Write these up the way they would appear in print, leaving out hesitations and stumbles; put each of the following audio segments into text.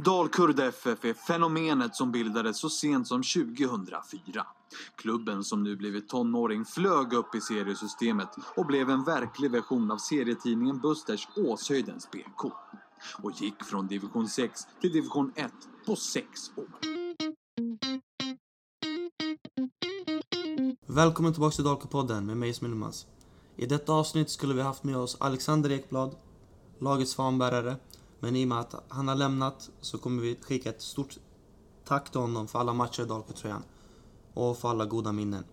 Dalkurd FF är fenomenet som bildades så sent som 2004. Klubben som nu blivit tonåring flög upp i seriesystemet och blev en verklig version av serietidningen Busters Åshöjdens BK. Och gick från division 6 till division 1 på 6 år. Välkommen tillbaka till Dalkurd-podden med mig som Yilmaz. I detta avsnitt skulle vi haft med oss Alexander Ekblad, lagets fanbärare. Men i och med att han har lämnat så kommer vi skicka ett stort tack till honom för alla matcher i Dalkurd-tröjan och för alla goda minnen.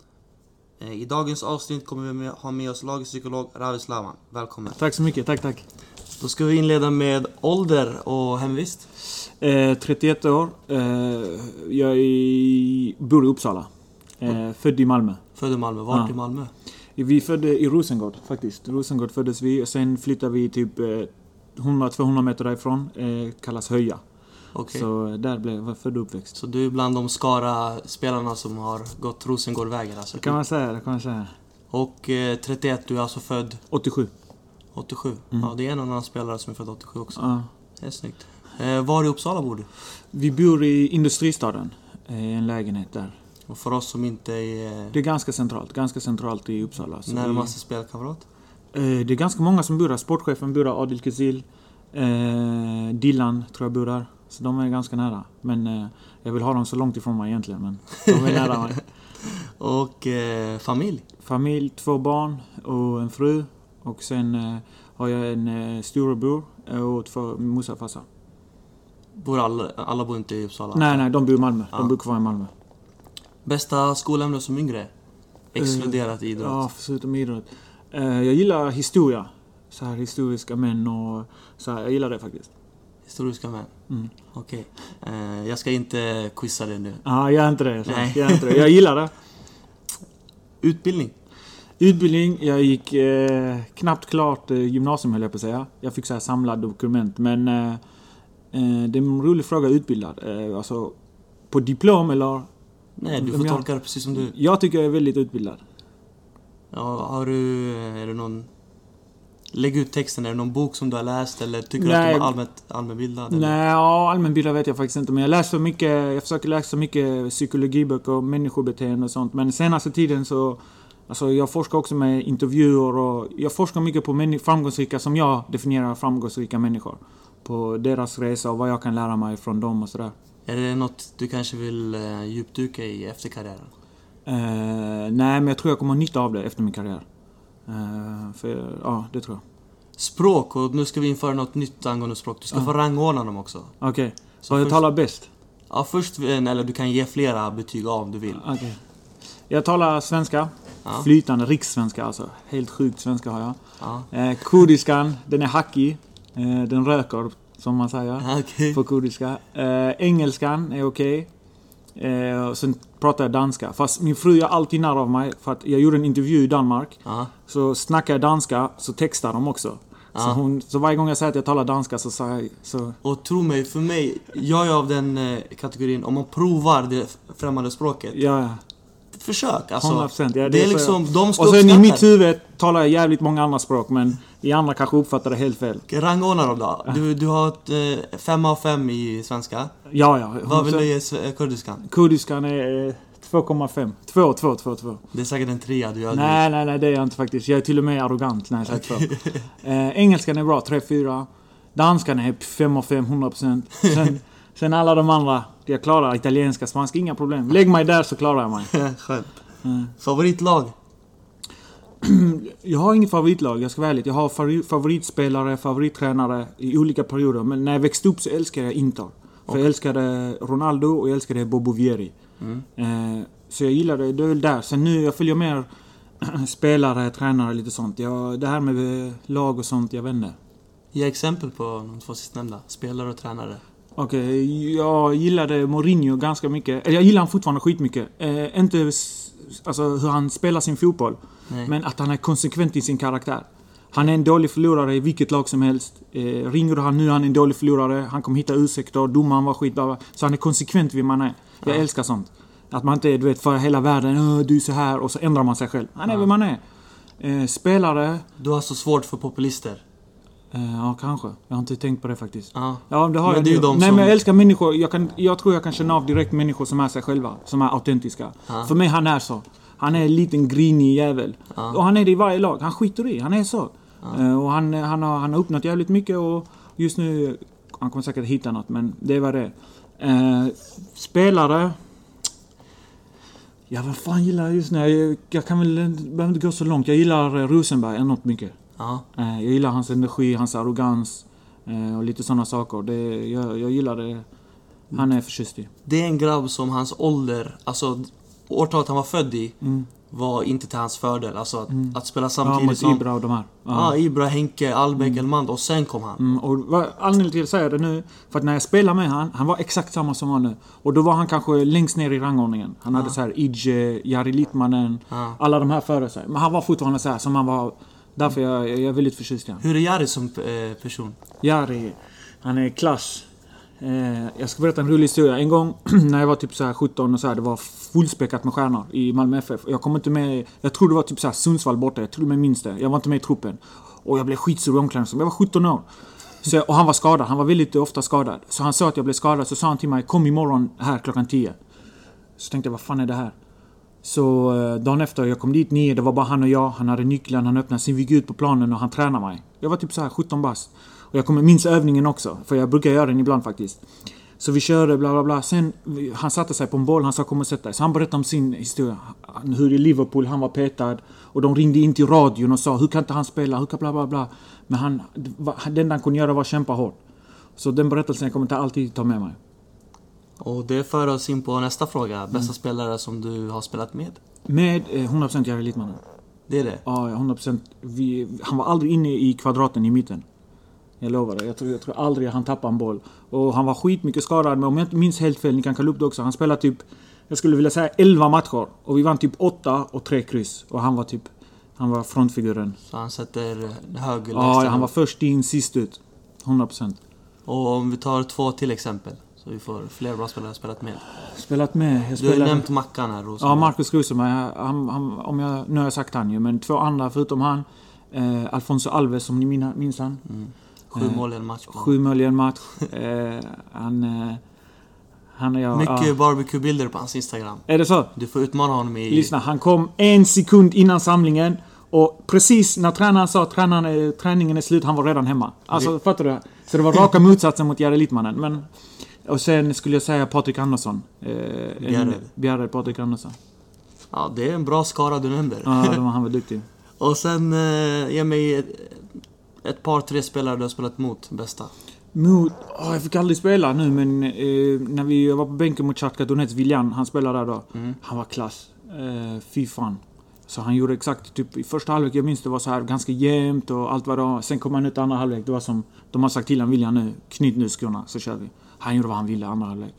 I dagens avsnitt kommer vi ha med oss lagets psykolog Ravi Slavan. Välkommen. Tack så mycket, tack. Då ska vi inleda med ålder och hemvist. 31 år. Jag bor i Uppsala. Född i Malmö. Född i Malmö. Vart i Malmö? Vi födde i Rosengård faktiskt. Rosengård föddes vi och sen flyttade vi typ 100-200 meter därifrån. Kallas Höja. Okay. Så där blev jag född och uppväxt. Så du är bland de Skara-spelarna som har gått Rosengård-vägen alltså? Det kan man säga. Och 31, du är alltså född? 87. 87? Ja, det är en annan spelare som är född 87 också. Ja. Det är snyggt. Var i Uppsala bor du? Vi bor i Industristaden. En lägenhet där. Och för oss som inte är... Det är ganska centralt i Uppsala. Närmaste spelkamrat? Det är ganska många som bor där. Sportchefen bor där, Adil Kizil. Dylan tror jag bor där. Så de är ganska nära. Men jag vill ha dem så långt ifrån mig egentligen. Men de är nära mig. Och familj? Familj, 2 barn och en fru. Och sen har jag en storebror och 2 morsa och farsa. Alla bor inte i Uppsala? Nej, de bor i Malmö. De bor kvar i Malmö. Bästa skolämne som yngre? Exkluderat idrott? Ja, förutom idrott. Jag gillar historia. Så här historiska män och så här, jag gillar det faktiskt. Historiska män? Okej. Jag ska inte quizza det nu. Ja, jag är inte det. Jag gillar det. Utbildning, jag gick knappt klart gymnasium höll jag på att säga. Jag fick så här samlad dokument. Men det är en rolig fråga, utbildad. Alltså på diplom eller... Nej, du får tolka det precis som du... Jag tycker jag är väldigt utbildad. Ja, är det någon... Lägg ut texten, är det någon bok som du har läst eller tycker du att du är allmänbildad? Nej, allmänbildad vet jag faktiskt inte. Men jag försöker läsa mycket psykologiböcker och människobeteende och sånt. Men senaste tiden så... Alltså jag forskar också med intervjuer och jag forskar mycket på framgångsrika, som jag definierar framgångsrika människor. På deras resa och vad jag kan lära mig från dem och sådär. Är det något du kanske vill djupdyka i efter karriären? Nej, men jag tror jag kommer ha nytta av det efter min karriär. Det tror jag. Språk, och nu ska vi införa något nytt angående språk. Du ska få rangordna dem också. Okej. Så jag talar bäst? Ja, först, eller du kan ge flera betyg av om du vill. Okej. Jag talar svenska. Flytande, rikssvenska alltså. Helt sjukt svenska har jag. Kurdiskan, den är hackig. Den röker, som man säger på kurdiska. Engelskan är okej. Sen pratar jag danska. Fast min fru är alltid nära av mig. För att jag gjorde en intervju i Danmark. Så snackar jag danska, så textar de också. Så varje gång jag säger att jag talar danska så säger jag... Så... Och tro mig, för mig, jag är av den kategorin. Om man provar det främmande språket. Ja. Försök, alltså. 100%. Ja, det är liksom, de ska och sen i mitt huvud talar jag jävligt många andra språk. Men i andra kanske uppfattar det helt fel. Rangordna dem då. Du har ett 5 av 5 i svenska. Ja. Vad vill du ge kurdiskan? Kurdiskan är 2,5. 2. Det är säkert en 3 du gör. Nej, det är jag inte faktiskt. Jag är till och med arrogant när jag säger 2. Engelskan är bra, 3-4. Danskan är 5 av 5, 100%. Sen alla de andra, jag klarar italienska, spanska, inga problem. Lägg mig där så klarar jag mig. Skönt. Favoritlag? Jag har inget favoritlag, jag ska vara ärlig. Jag har favoritspelare, favorittränare i olika perioder. Men när jag växte upp så älskade jag Inter. För jag älskade Ronaldo och jag älskade Bobo Vieri. Så jag gillade det väl där. Sen nu jag följer mer spelare, tränare, lite sånt. Det här med lag och sånt, jag vet inte. Ge exempel på de 2 sistnämnda, spelare och tränare. Okej, jag gillade Mourinho ganska mycket. Jag gillar han fortfarande skitmycket. Inte alltså, hur han spelar sin fotboll. Nej. Men att han är konsekvent i sin karaktär. Han är en dålig förlorare i vilket lag som helst. Ringer han nu, han är en dålig förlorare. Han kommer hitta ursäkter, domaren var skitbra. Så han är konsekvent vid man är. Jag älskar sånt. Att man inte, för hela världen, du är så här, och så ändrar man sig själv. Han är vad man är. Spelare. Du har så svårt för populister. Ja, kanske. Jag har inte tänkt på det faktiskt. Ja, ja det har men jag. Det är de Nej, som... men jag älskar människor. Jag tror jag kan känna av direkt människor som är sig själva. Som är autentiska. Ja. För mig han är så. Han är en liten grinig jävel. Ja. Och han är det i varje lag. Han skiter i. Han är så. Ja. Och han har uppnått jävligt mycket. Och just nu... Han kommer säkert hitta något. Men det var det. Spelare... Ja, vad fan gillar jag just nu? Jag kan väl behöver inte gå så långt. Jag gillar Rosenberg enormt mycket. Ja. Jag gillar hans energi, hans arrogans och lite sådana saker. Jag gillar det. Han är förtjust i. Det är en grabb som hans ålder, alltså årtalet han var född i, var inte till hans fördel. Alltså att spela samtidigt som... Ibra och de här. Ja, Ibra, Henke, Albeck, Elmand och sen kom han. Och anledningen till att säga det nu, för att när jag spelade med han var exakt samma som han nu. Och då var han kanske längst ner i rangordningen. Han hade så här Idje, Jari Littmanen, alla de här före sig. Men han var fortfarande så här som han var. Därför jag är väldigt förtjust i han. Hur är Jari som person? Jari, han är klass. Jag ska berätta en rolig historia. En gång när jag var typ så här 17 och så här, det var fullspäckat med stjärnor i Malmö FF. Jag kom inte med, jag tror det var typ så här Sundsvall borta, jag tror mig minst det. Jag var inte med i truppen. Och jag blev skitsur i omklädningsrummet. Jag var 17 år. Och han var skadad, han var väldigt ofta skadad. Så han sa att jag blev skadad, så sa han till mig, kom imorgon här klockan 10. Så tänkte jag, vad fan är det här? Så dagen efter, jag kom dit 9, det var bara han och jag. Han hade nyckeln, han öppnade sin väg ut på planen och han tränade mig. Jag var typ så här 17 bast. Och jag kommer minns övningen också, för jag brukar göra den ibland faktiskt. Så vi körde bla bla bla. Sen han satte sig på en boll, han sa kom och sätta dig. Så han berättade om sin historia. Hur i Liverpool han var petad. Och de ringde in till radion och sa, hur kan inte han spela? Hur kan bla bla bla. Men den han kunde göra var kämpa hårt. Så den berättelsen kommer jag alltid ta med mig. Och det för oss in på nästa fråga. Bästa spelare som du har spelat med? Med 100% Jari Littmanen. Det är det? Ja, 100%. Han var aldrig inne i kvadraten i mitten. Jag lovar det. Jag tror aldrig han tappade en boll. Och han var skitmycket skadad. Men om jag inte minns helt fel, ni kan kalla upp det också. Han spelade typ, jag skulle vilja säga 11 matcher. Och vi vann typ 8 och 3 kryss. Och han var frontfiguren. Så han sätter hög lägsta? Ja, han var först in, sist ut. 100%. Och om vi tar 2 till exempel. Så vi får fler bra spelare spelat med. Spelat med. Du har nämnt Mackan här. Ja, Marcus Rosenberg. Nu har jag sagt han ju. Men 2 andra förutom han. Alfonso Alves, som ni minns han. 7 mål i en match. 7 mål i en match. Han är mycket barbecue-bilder på hans Instagram. Är det så? Du får utmana honom i... Lyssna, han kom 1 sekund innan samlingen. Och precis när tränaren sa att träningen är slut, han var redan hemma. Alltså, fattar du? Så det var raka motsatsen mot Jari Littmanen. Men... Och sen skulle jag säga Patrik Andersson. Bjärred Patrik Andersson. Ja, det är en bra skara du nämner. Ja, han var duktig. Och sen ge mig ett par 3 spelare du har spelat mot bästa. Jag fick aldrig spela nu, men när vi var på bänken mot Shakhtar Donetsk, William, han spelade där då. Han var klass. Fy fan. Så han gjorde exakt typ i första halvlek, jag minns det var så här ganska jämnt och allt var då. Sen kom han ut andra halvlek, det var som de har sagt till han, William, nu knyt nu skorna så kör vi. Han gjorde vad han ville andra halvlek.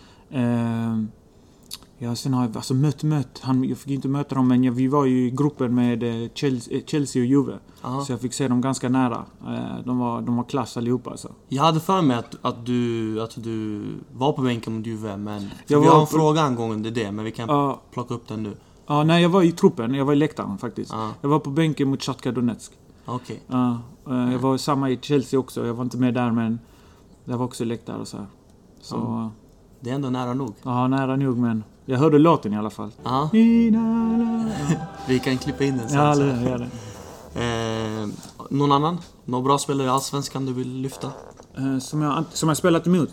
Sen har jag alltså mött. Jag fick inte möta dem, men vi var ju i gruppen med Chelsea och Juve. Så jag fick se dem ganska nära. De var klass allihopa alltså. Jag hade för mig att du var på bänken mot Juve, men vi har en fråga angående det, men vi kan plocka upp den nu. Ja, nej, jag var i truppen. Jag var i läktaren faktiskt. Jag var på bänken mot Shakhtar Donetsk. Okej. Jag var samma i Chelsea också. Jag var inte med där, men jag var också i läktaren och så här. Så... Det är ändå nära nog. Ja, nära nog, men jag hörde låten i alla fall. Ja. Vi kan klippa in den sen. Ja, det. Någon annan? Någon bra spelare i Allsvenskan du vill lyfta? Som jag spelat emot?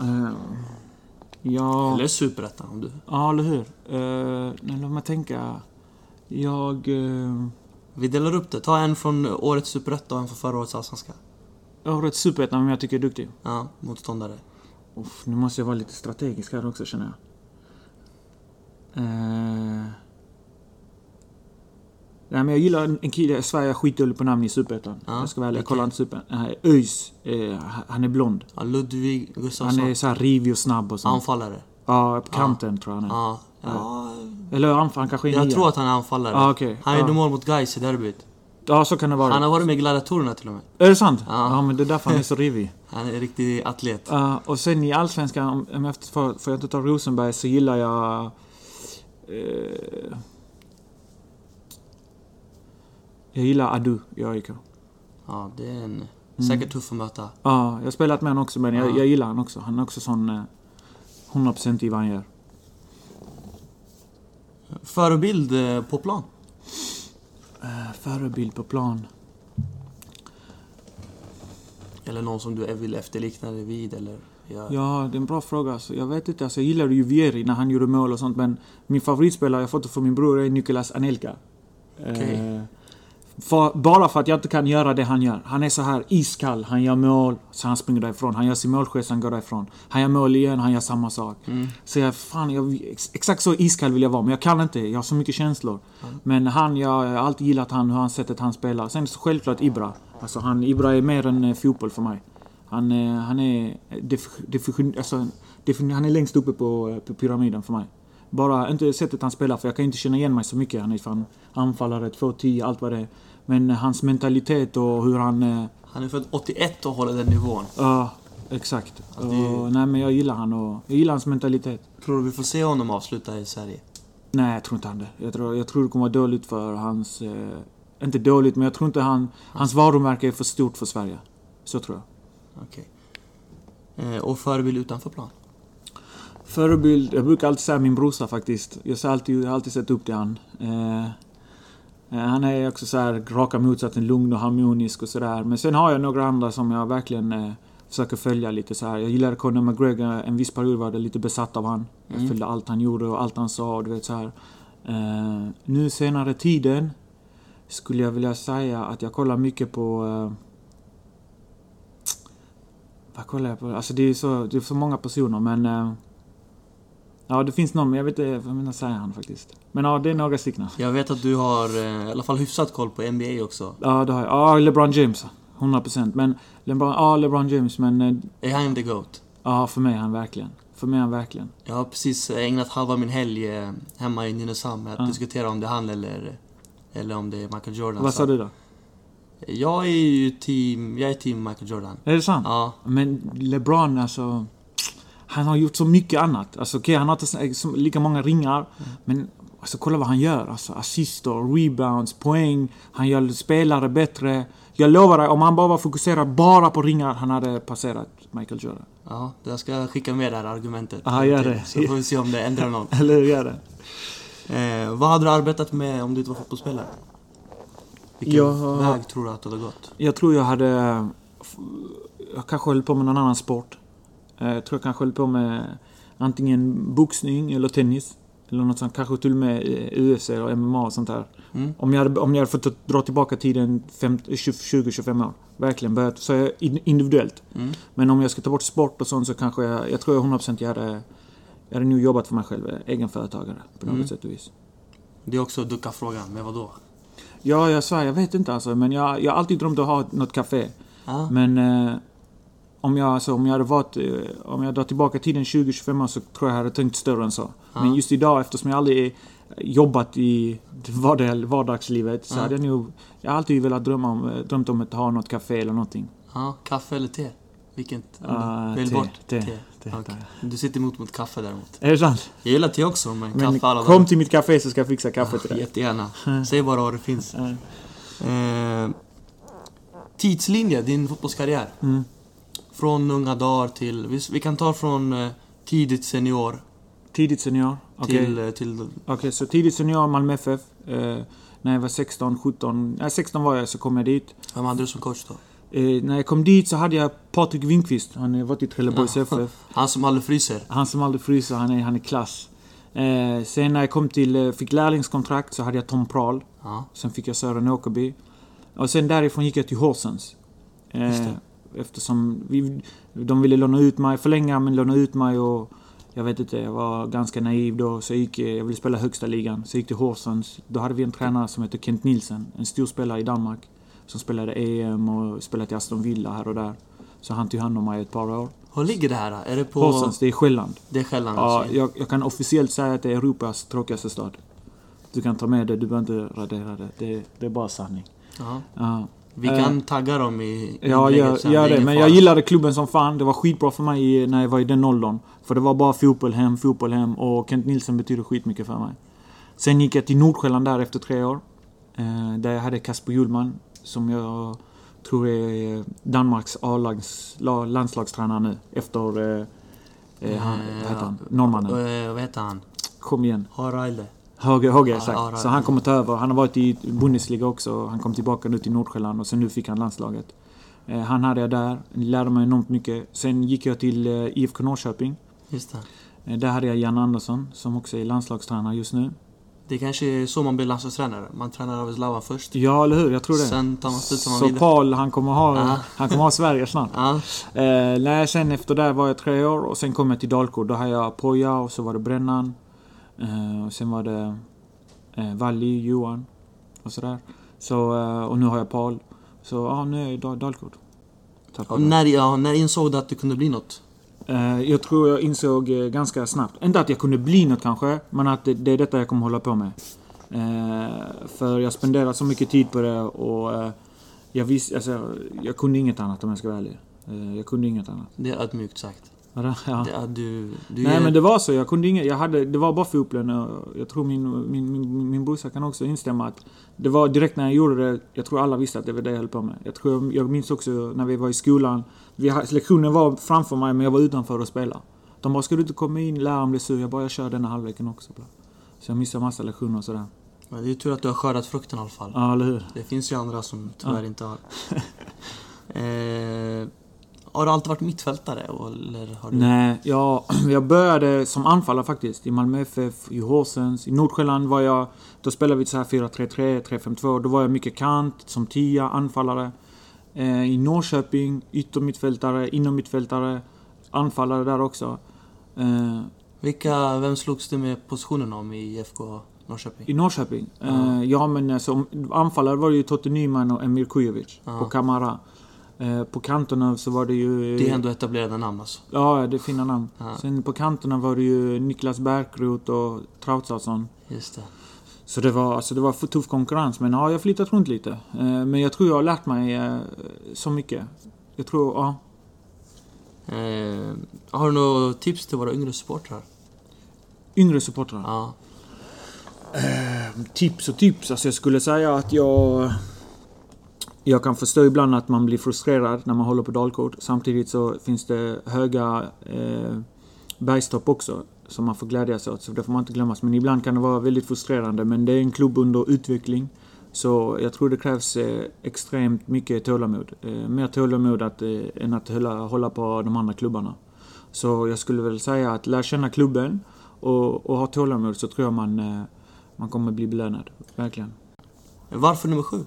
Ja. Eller Superettan om du. Ja, eller hur? Låt mig tänka. Vi delar upp det. Ta en från årets Superettan och en från förra årets Allsvenska. Årets Superettan, men jag tycker är duktig. Ja, motståndare. Nu måste jag vara lite strategisk här också, känner jag. Nej, men jag gillar en kille i Sverige, skitdålig på namn i Superettan. Jag ska väl kolla inte Superettan. Öjs, han är blond. Ja, Ludvig Gustafsson. Han är så här rivig och snabb och sånt. Anfallare. Ja, på kanten tror jag han är. Eller han kanske är jag tror att han är anfallare. Okay. Han gjorde mål mot Gais i derbyt. Ja, så kan det vara. Han har varit med i Gladiatorerna till och med. Är det sant? Ja, men det är därför han är så rivig. Han är en riktig atlet. Och sen i Allsvenskan, om får jag inte ta Rosenberg, så gillar jag... jag gillar Adu i AIK. Ja, det är en Säkert tuff att möta. Ja, jag har spelat med honom också, men jag gillar han också. Han är också sån 100% i vad han gör. Förebild på plan? Förebild på plan. Eller någon som du vill efterlikna dig vid, eller... Ja, det är en bra fråga. Alltså, jag vet inte, alltså, jag gillade ju Vieri när han gjorde mål och sånt, men min favoritspelare jag fått det från min bror är Nicolas Anelka. Okay. Bara för att jag inte kan göra det han gör. Han är så här iskall, han gör mål, så han springer därifrån. Han gör sin målgest, han går därifrån. Han gör mål igen, han gör samma sak. Så exakt så iskall vill jag vara, men jag kan inte. Jag har så mycket känslor. Men jag har alltid gillat hur han sättet han spelar. Sen så självklart Ibra. Alltså Ibra är mer än fotboll för mig. Han är längst uppe på pyramiden för mig. Bara inte sättet han spelar, för jag kan inte känna igen mig så mycket. Han är fan anfallare, 2-10, allt vad det är. Men hans mentalitet och hur han... Han är född 81 och håller den nivån. Ja, exakt. Nej, men jag gillar han och jag gillar hans mentalitet. Tror du vi får se honom avsluta i Sverige? Nej, jag tror inte han det. Jag tror det kommer vara dåligt för hans... inte dåligt, men jag tror inte hans varumärke är för stort för Sverige. Så tror jag. Okej. Och förebild utanför plan? Förebild, jag brukar alltid säga min brorsa faktiskt. Jag har alltid sett upp till han. Han är också så här raka motsatsen, lugn och harmonisk och sådär. Men sen har jag några andra som jag verkligen försöker följa lite så här. Jag gillar Conor McGregor, en viss period var det lite besatt av han. Jag följde allt han gjorde och allt han sa och du vet så här. Nu senare tiden skulle jag vilja säga att jag kollar mycket på... vad kollar jag på? Alltså det är så många personer, men... ja, det finns någon, men jag vet inte vad jag säger han faktiskt. Men ja, det är några stycken. Jag vet att du har i alla fall hyfsat koll på NBA också. Ja, det har jag. Ja, LeBron James. 100%. Men LeBron James, men... Är han the GOAT? Ja, för mig är han verkligen. Jag har precis ägnat halva min helg hemma i Nynäshamn med att diskutera om det är han eller om det är Michael Jordan. Vad sa du då? Jag är team Michael Jordan. Är det sant? Ja. Men LeBron, alltså... Han har gjort så mycket annat. Alltså okej, han har inte lika många ringar. Men alltså, kolla vad han gör. Alltså, assister, rebounds, poäng. Han gör spelare bättre. Jag lovar dig, om han bara var fokuserad bara på ringar, han hade passerat Michael Jordan. Ja, jag ska skicka med det här argumentet. Ja, gör det. Så får vi se om det ändrar något. Eller gör det. Vad hade du arbetat med om du inte var fotbollsspelare? Vilken väg tror du att du hade gått? Jag tror jag kanske höll på med någon annan sport. Jag tror jag kanske höll på med antingen boxning eller tennis. Eller något sånt, kanske till och med UFC eller MMA och sånt där. Om jag hade fått dra tillbaka tiden 20-25 år. Verkligen börjat, så är individuellt. Men om jag ska ta bort sport och sånt så kanske jag tror jag 100% jag hade nu jobbat för mig själv. Egenföretagare på något sätt och vis. Det är också ducka-frågan, men vad då? Ja, jag vet inte alltså. Men jag har alltid drömt att ha något café. Men... Om jag drar tillbaka tiden 20-25 år så tror jag hade tänkt större än så. Men just idag, eftersom jag aldrig jobbat i vardagslivet så hade jag alltid velat drömt om att ha något café eller någonting. Ja, kaffe eller te? Vilket? Välj bort. Te. Okay. Du sitter emot kaffe däremot. Är det sant? Jag gillar te också, men kaffe alla kom till mitt café så ska jag fixa kaffe till dig. Jättegärna. Säg bara vad det finns. Tidslinje, din fotbollskarriär. Från unga dagar till... Vi kan ta från tidigt senior. Tidigt senior? Okej, så tidigt senior, Malmö FF. När jag var 16, 17... Nej, 16 var jag, så kom jag dit. Vem hade du som coach då? När jag kom dit så hade jag Patrik Winkvist. Han har varit i Trelleborgs FF. Han som aldrig fryser. Han är klass. Sen när jag kom fick lärlingskontrakt så hade jag Tom Prahl. Sen fick jag Sören Åkerby. Och sen därifrån gick jag till Horsens. Eftersom de ville förlänga men låna ut mig och jag vet inte, jag var ganska naiv då, så jag ville spela högsta ligan, så jag gick till Horsens. Då hade vi en tränare som heter Kent Nielsen, en stor spelare i Danmark som spelade EM och spelade i Aston Villa här och där. Så han tog hand om mig ett par år. Var ligger det här? Är det på Horsens? Det är Själland. Det är Själland. Ja, jag kan officiellt säga att det är Europas tråkigaste stad. Du kan ta med det, du behöver inte radera det. Det är bara sanning. Ja. Vi kan tagga dem i... Ja, gör det. Men jag gillade klubben som fan. Det var skitbra för mig när jag var i den åldern. För det var bara fotboll hem. Och Kent Nielsen betyder skitmycket för mig. Sen gick jag till Nordsjälland där efter 3 år. Där jag hade Kasper Hjulman som jag tror jag är Danmarks landslagstränare nu. Efter norrmannen. Vad heter han? Kom igen. Haralde. Höge, exakt. Så han kommer ta över. Han har varit i Bundesliga också. Han kom tillbaka nu till Nordsjälland och sen nu fick han landslaget. Han hade jag där. Lärde mig enormt mycket. Sen gick jag till IFK Norrköping. Just det. Där hade jag Jan Andersson som också är landslagstränare just nu. Det kanske är så man blir landslagstränare. Man tränar av Slava först. Ja, eller hur? Jag tror det. Sen tar man slut som man så vidare. Paul, han kommer ha Sverige snart. Sen efter där var jag 3 år och sen kom jag till Dalkurd. Då hade jag Poja och så var det Brännan. Och sen var det Valli, Johan och sådär. Så, och nu har jag Paul. Så nu är jag i Dalkurd. När insåg du att det kunde bli något? Jag tror jag insåg ganska snabbt. Inte att jag kunde bli något kanske, men att det är detta jag kommer hålla på med. För jag spenderar så mycket tid på det och jag kunde inget annat om jag ska vara ärlig. Jag kunde inget annat. Det är ödmjukt sagt. Ja. Nej, men det var så. Jag kunde inget. Det var bara fotbollen. Jag tror min brorsa kan också instämma att det var direkt när jag gjorde det. Jag tror alla visste att det var det jag höll på med. Jag minns också när vi var i skolan. Lektionen var framför mig men jag var utanför och spela. De bara, ska du inte komma in? Läraren blev sur. Jag kör denna halvleken också. Så jag missade massa lektioner och sådär. Men det är ju tur att du har skördat frukten i alla fall. Ja, eller hur? Det finns ju andra som tyvärr inte har. Har du alltid varit mittfältare? Eller har du... Nej, jag började som anfallare faktiskt. I Malmö FF, i Horsens. I Nordsjälland var jag... Då spelade vi så här 4-3-3, 3-5-2. Då var jag mycket kant, som 10 anfallare. I Norrköping, yttermittfältare, inommittfältare. Anfallare där också. Vem slogs du med positionen om i IFK Norrköping? I Norrköping? Som anfallare var det ju Totte Nyman och Emir Kujovic på Kamara. På kanterna så var det ju... Det är ändå etablerade namn alltså. Ja, det är fina namn. Sen på kanterna var det ju Niklas Bärkroth och Trautsason. Just det. Så det var för tuff konkurrens. Men jag har flyttat runt lite. Men jag tror jag har lärt mig så mycket. Jag tror, Har du några tips till våra yngre supportrar? Yngre supportrar? Ja. Tips. Alltså jag skulle säga att jag kan förstå ibland att man blir frustrerad när man håller på Dalkurd. Samtidigt så finns det höga bergstopp också som man får glädjas åt. Så det får man inte glömmas. Men ibland kan det vara väldigt frustrerande. Men det är en klubb under utveckling. Så jag tror det krävs extremt mycket tålamod. Mer tålamod än att hålla på de andra klubbarna. Så jag skulle väl säga att lära känna klubben och ha tålamod, så tror jag man kommer bli belönad. Verkligen. Varför nummer 7?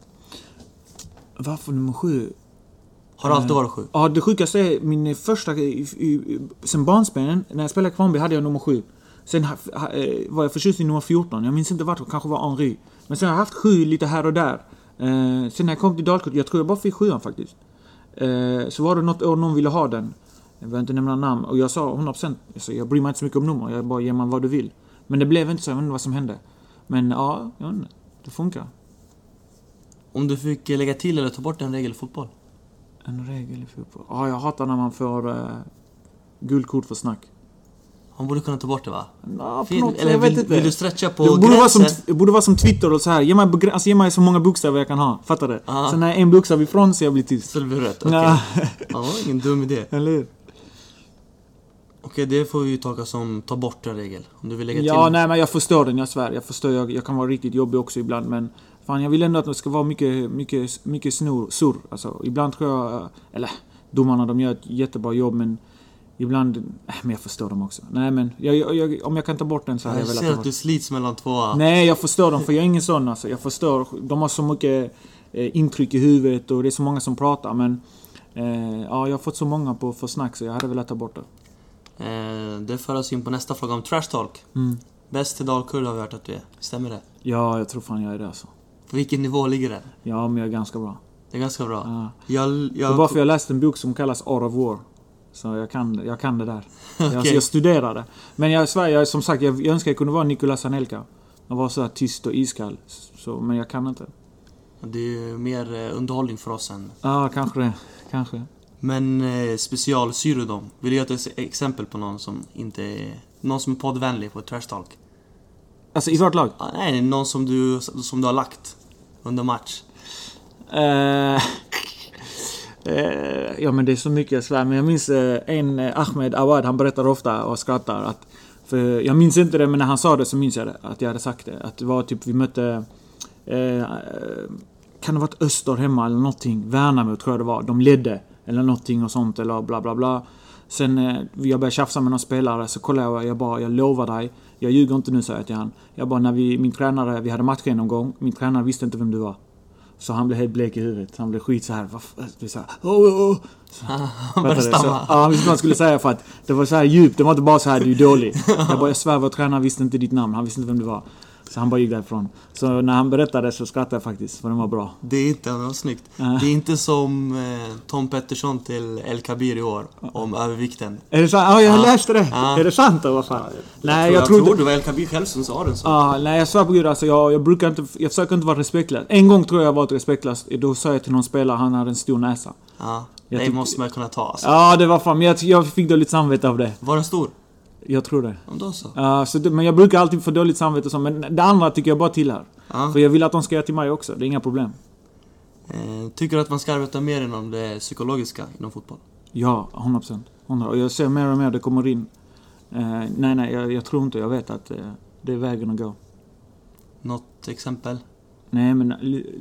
Varför nummer 7? Har du alltid varit 7? Ja, det sjukaste är min första... Sen barnspelen, när jag spelade Kvarnby hade jag nummer 7. Sen var jag förtjust i nummer 14. Jag minns inte vart, kanske var Henri. Men sen har jag haft 7 lite här och där. Sen när jag kom till Dalkurd, jag tror jag bara fick 7 faktiskt. Så var det något år någon ville ha den. Jag vill inte nämna namn. Och jag sa 100%, jag bryr mig inte så mycket om nummer. Jag bara, ge man vad du vill. Men det blev inte så, jag vet inte vad som hände. Men ja, jag vet inte. Det funkar. Om du fick lägga till eller ta bort en regel i fotboll? En regel i fotboll? Ja, jag hatar när man får guldkort för snack. Han borde kunna ta bort det, va? Ja, eller vill du stretcha på det borde vara som Twitter och så här. Ge mig så många bokstäver jag kan ha. Fattar det? Sen när en bokstav ifrån så jag blir tyst. Så det blir rätt, okej. Ja, ingen dum idé. Eller? Okej, det får vi ju tolka som ta bort en regel. Om du vill lägga till. Ja, nej, men jag förstår den, jag svär. Jag kan vara riktigt jobbig också ibland, men fan, jag vill ändå att det ska vara mycket surr. Alltså, ibland tror jag, eller domarna, de gör ett jättebra jobb, men ibland, men jag förstår dem också. Nej, men om jag kan ta bort den så här. Jag ser att du slits mellan två. Nej, jag förstår dem, för jag är ingen sån alltså. Jag förstår, de har så mycket intryck i huvudet och det är så många som pratar, men jag har fått så många för snack så jag hade velat ta bort det. Det för oss in på nästa fråga om trash talk. Bäst i Dalkurd har vi hört att du är. Stämmer det? Ja, jag tror fan jag är det alltså. På vilken nivå ligger det? Ja, men jag är ganska bra. Det är ganska bra. Ja. Det är bara för jag läste en bok som kallas Art of War. Så jag kan det där. Okay. Jag studerade. Men jag som sagt, jag önskar jag kunde vara Nicolas Anelka. Jag var så här tyst och iskall. Men jag kan inte. Det är mer underhållning för oss än... Ja, kanske det. Kanske. Men specialsyr du dem? Vill du ge ett exempel på någon som inte är... Någon som är poddvänlig på trash talk? Alltså i vårt lag? Nej, någon som du har lagt under match. Ja, men det är så mycket jag svär. Men jag minns Ahmed Awad, han berättar ofta och skrattar att, för jag minns inte det, men när han sa det så minns jag det, att jag hade sagt det. Att det var typ, vi mötte kan det ha varit Öster hemma eller någonting, Värnamo tror jag det var, de ledde eller någonting och sånt eller bla bla bla. Sen jag började tjafsa med någon spelare, så kollade jag lovar dig, jag ljuger inte nu, sa jag till han. Jag bara, när min tränare, vi hade matchgenomgång, min tränare visste inte vem du var. Så han blev helt blek i huvudet. Han blev skit så här. Det så här. Han började stamma. Han visste vad han skulle säga, för att det var så här djupt. Det var inte bara så här, du är dålig. Jag svär, vår tränare visste inte ditt namn. Han visste inte vem du var. Så han bara gick därifrån. Så när han berättade så skrattade jag faktiskt, för det var bra. Det var snyggt. Det är inte som Tom Pettersson till El Kabir i år om övervikten. Är det sant? Ja, jag läste det. Är det sant då? Vad fan? Nej, jag tror det var El Kabir själv som sa det så. Nej, jag svär på Gud, alltså, jag försöker inte vara respektlös. En gång tror jag varit respektlös. Då sa jag till någon spelare, han hade en stor näsa. Det måste man kunna ta alltså. Ja, det var fan. Men jag fick då lite samvete av det. Var den stor? Jag tror det. Då så. Men jag brukar alltid få dåligt samvete och så. Men det andra tycker jag bara tillhör. För jag vill att de ska göra till mig också. Det är inga problem. Tycker du att man ska arbeta mer inom det psykologiska inom fotboll? Ja, 100%. Och jag ser mer och mer det kommer in. Nej, jag tror inte. Jag vet att det är vägen att gå. Något exempel? Nej, men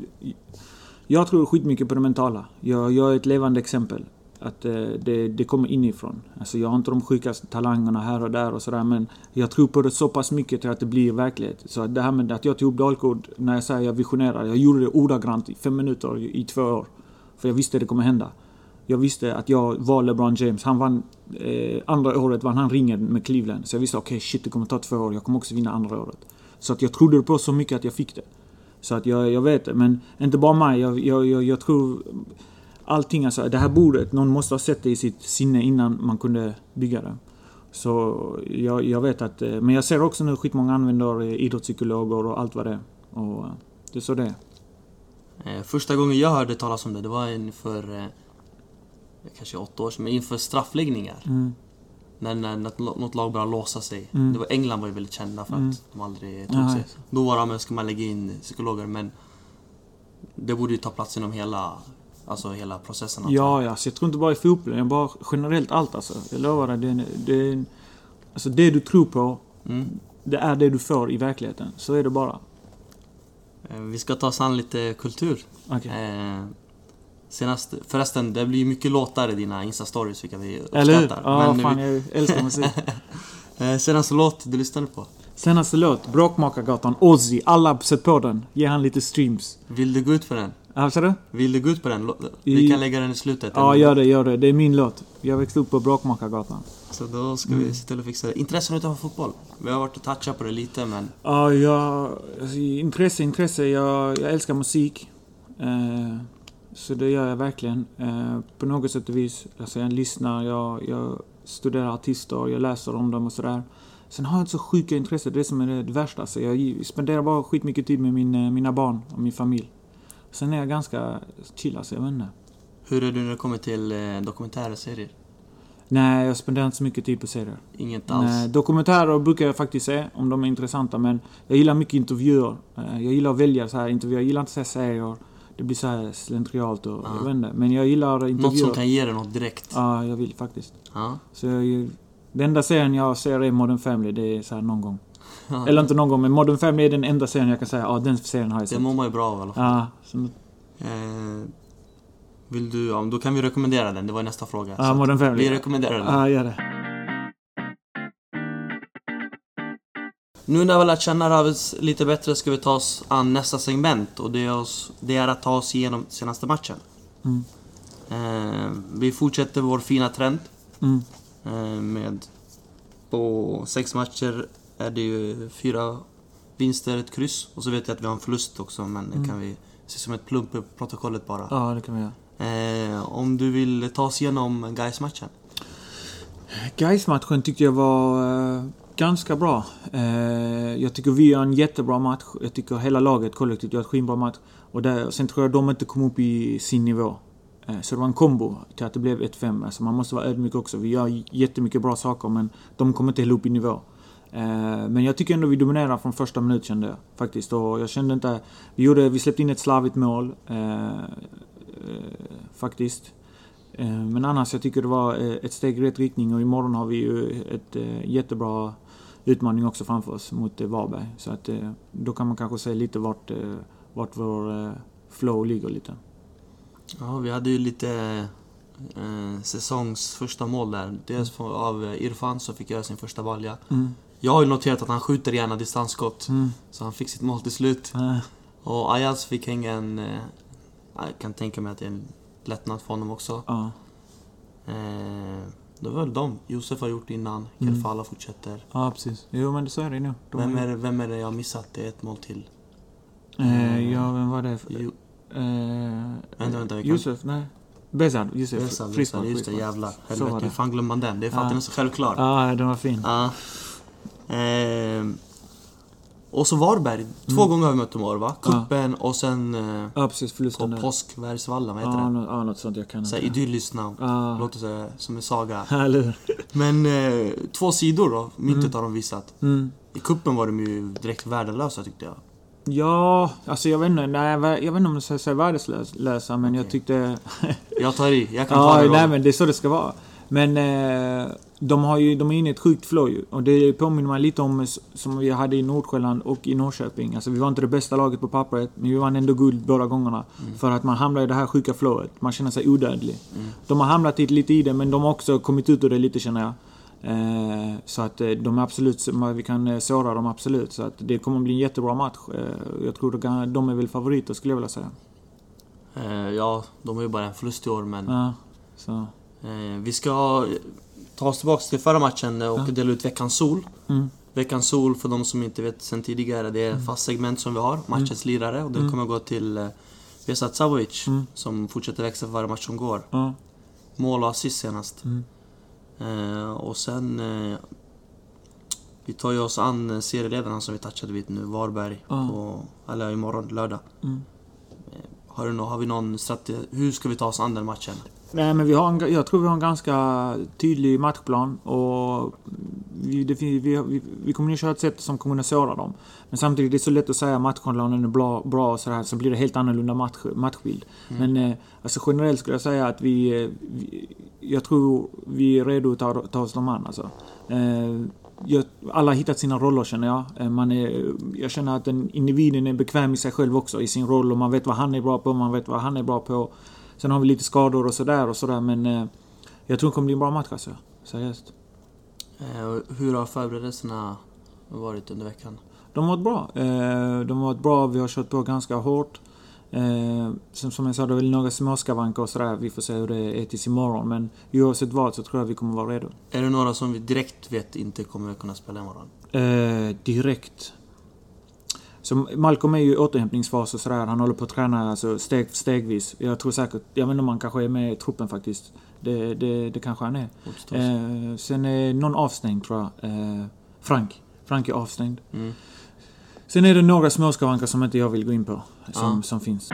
jag tror skitmycket på det mentala. Jag är ett levande exempel. Att det kommer inifrån. Alltså jag har inte de sjukaste talangerna här och där och sådär, men jag tror på det så pass mycket till att det blir verklighet. Så det här med att jag tog upp Dalkurd, när jag säger jag visionerar, jag gjorde det ordagrant i 5 minuter i 2 år. För jag visste det kommer hända. Jag visste att jag var LeBron James. Han vann andra året, vann han ringen med Cleveland. Så jag visste, okej, det kommer ta 2 år. Jag kommer också vinna andra året. Så att jag trodde på så mycket att jag fick det. Så att jag vet det. Men inte bara mig. Jag tror allting, alltså det här bordet, någon måste ha sett det i sitt sinne innan man kunde bygga det. Så jag vet att, men jag ser också nu skitmånga använder idrottspsykologer och allt vad det är. Och det är så det är. Första gången jag hörde talas om det var inför kanske 8 år sedan, men inför straffläggningar. När något lag började låsa sig. Det var England var ju väldigt kända för att de aldrig tog sig. Då var det, ska man lägga in psykologer, men det borde ju ta plats inom hela processen. Ja, så jag tror inte bara i fotbollen, jag bara generellt allt alltså. Jag lovar dig, alltså det du tror på, det är det du får i verkligheten. Så är det bara. Vi ska ta oss an lite kultur. Okay. Förresten, det blir mycket låtar i dina Insta-stories, vilka vi uppskattar. Eller hur? Ja, fan, jag älskar musik. Senaste låt du lyssnade på? Senaste låt, Bråkmakargatan, Ozzy. Alla sett på den. Ge han lite streams. Vill du gå ut för den? Vad sa du? Vill du gå ut på den? Vi kan lägga den i slutet. Ja, gör det. Det är min låt. Jag växte upp på Bråkmakargatan. Så då ska vi se till att fixa det. Intressen utanför fotboll? Vi har varit och touchat på det lite, men... Ja, alltså, intresse. Jag älskar musik. Så det gör jag verkligen. På något sätt och vis. Alltså jag lyssnar, jag studerar artister, jag läser om dem och sådär. Sen har jag inte så sjuka intresse. Det är som är det värsta. Alltså, jag spenderar bara skitmycket tid med mina barn och min familj. Sen är jag ganska chill, alltså, jag vet inte. Hur är du när det kommer till dokumentärer, serier? Nej, jag spenderar inte så mycket tid på serier. Inget alls? Nej, dokumentärer brukar jag faktiskt se, om de är intressanta. Men jag gillar mycket intervjuer. Jag gillar att välja så här intervjuer. Jag gillar inte att se serier. Det blir så här slentrialt och jag vet inte. Men jag gillar intervjuer. Något som kan ge dig något direkt? Ja, jag vill faktiskt. Så den enda serien jag ser är Modern Family. Det är så här någon gång. Eller inte någon gång, men Modern Family är den enda serien jag kan säga, den serien har jag sett. Det mår man ju bra av i alla fall. Vill du, då kan vi rekommendera den, det var nästa fråga. Modern Family. Vi rekommenderar den. Ja, gör det. Nu när vi har lärt känna Ravels lite bättre ska vi ta oss an nästa segment. Och det är att ta oss igenom senaste matchen. Vi fortsätter vår fina trend. Med på 6 matcher är det ju 4 vinster, ett kryss. Och så vet jag att vi har en förlust också, men det kan vi se som ett plump i protokollet bara. Ja, det kan vi göra. Om du vill ta oss igenom Gais-matchen. Gais-matchen tyckte jag var ganska bra. Jag tycker vi har en jättebra match. Jag tycker hela laget kollektivt gör ett skitbra match. Och sen tror jag de inte kom upp i sin nivå. Så det var en kombo till att det blev 1-5. Alltså man måste vara ödmjuk också. Vi gör jättemycket bra saker, men de kommer inte hela upp i nivå. Men jag tycker ändå vi dominerar från första minut, kände jag faktiskt. Och jag kände inte... Vi släppte in ett slarvigt mål faktiskt. Men annars jag tycker det var ett steg i rätt riktning och imorgon har vi ju ett jättebra utmaning också framför oss mot Varberg. Så att då kan man kanske se lite vart vår flow ligger lite. Ja, vi hade ju lite säsongs första mål där. Dels av Irfan som fick göra sin första balja. Jag har ju noterat att han skjuter gärna distansskott. Så han fick sitt mål till slut. Och Ayaz fick hänga en... jag kan tänka mig att det är en lättnad för honom också. Det var väl de. Josef har gjort innan. Kerfala fortsätter. Ja, precis. Jo, men det så är det nu. Vem är det jag har missat? Det är ett mål till. Vem var det? Vänta. Josef, nej. Besad, Josef. Besad, just det, jävlar. Helvete, hur fan glömmer man den? Det är faktiskt nästan självklart. Ja, den var fin. Och så Varberg. 2 gånger har vi mött dem år, va? Kuppen och sen precis, förlusten på Påskvärdsvalla, vad heter det? Något sånt jag kan. Så idylliskt namn. Låter så som en saga. Eller? Men 2 sidor då, myntet har de visat. I kuppen var de ju direkt värdelösa, tyckte jag. Ja, alltså jag vet inte om det ska säga värdelösa, men jag tyckte... jag tar i, jag kan ta det. Nej, men det är så det ska vara. Men de är inne i ett sjukt flow ju. Och det påminner mig lite om som vi hade i Nordsjälland och i Norrköping. Alltså vi var inte det bästa laget på pappret, men vi vann ändå guld båda gångerna. För att man hamnar i det här sjuka flowet. Man känner sig odödlig. De har hamnat lite i det, men de har också kommit ut ur det lite, känner jag. Så att de är absolut, vi kan såra dem absolut. Så att det kommer att bli en jättebra match. Jag tror de är väl favoriter, skulle jag vilja säga. Ja, de är ju bara en förlust i år, men... Ja, så... Vi ska ta oss tillbaka till förra matchen och dela ut veckans sol. Veckans sol, för de som inte vet sen tidigare, det är fast segment som vi har, matchens lirare, och det kommer gå till Vesat Savovic som fortsätter växa för varje match som går. Mål och assist senast. Och sen vi tar ju oss an serieledarna som vi touchade vid nu, Varberg eller imorgon, lördag. Har vi någon strategi? Hur ska vi ta oss an den matchen? Nej, men jag tror vi har en ganska tydlig matchplan och vi kommer att köra ett sätt som kommer att såra dem. Men samtidigt är det så lätt att säga att matchplanen är bra och sådär, så blir det helt annorlunda matchbild. Men alltså generellt skulle jag säga att jag tror vi är redo att ta oss dem an. Alltså. Alla har hittat sina roller, känner jag. Jag känner att individen är bekväm i sig själv också, i sin roll, och man vet vad han är bra på, man vet vad han är bra på. Sen har vi lite skador och sådär, men jag tror det kommer bli en bra match, alltså. Seriöst. Hur har förberedelserna varit under veckan? De har varit bra. Vi har kört på ganska hårt. Som jag sa, det är väl några småskavanker och sådär. Vi får se hur det är tills imorgon. Men oavsett vad så tror jag vi kommer vara redo. Är det några som vi direkt vet inte kommer kunna spela imorgon? Direkt. Så Malcolm är ju i återhämtningsfas och sådär. Han håller på att träna alltså stegvis. Jag tror säkert, jag vet inte om han kanske är med i truppen faktiskt. Det kanske han är. Sen är någon avstängd, tror jag. Frank är avstängd. Sen är det några småskavanker som inte jag vill gå in på. Som finns.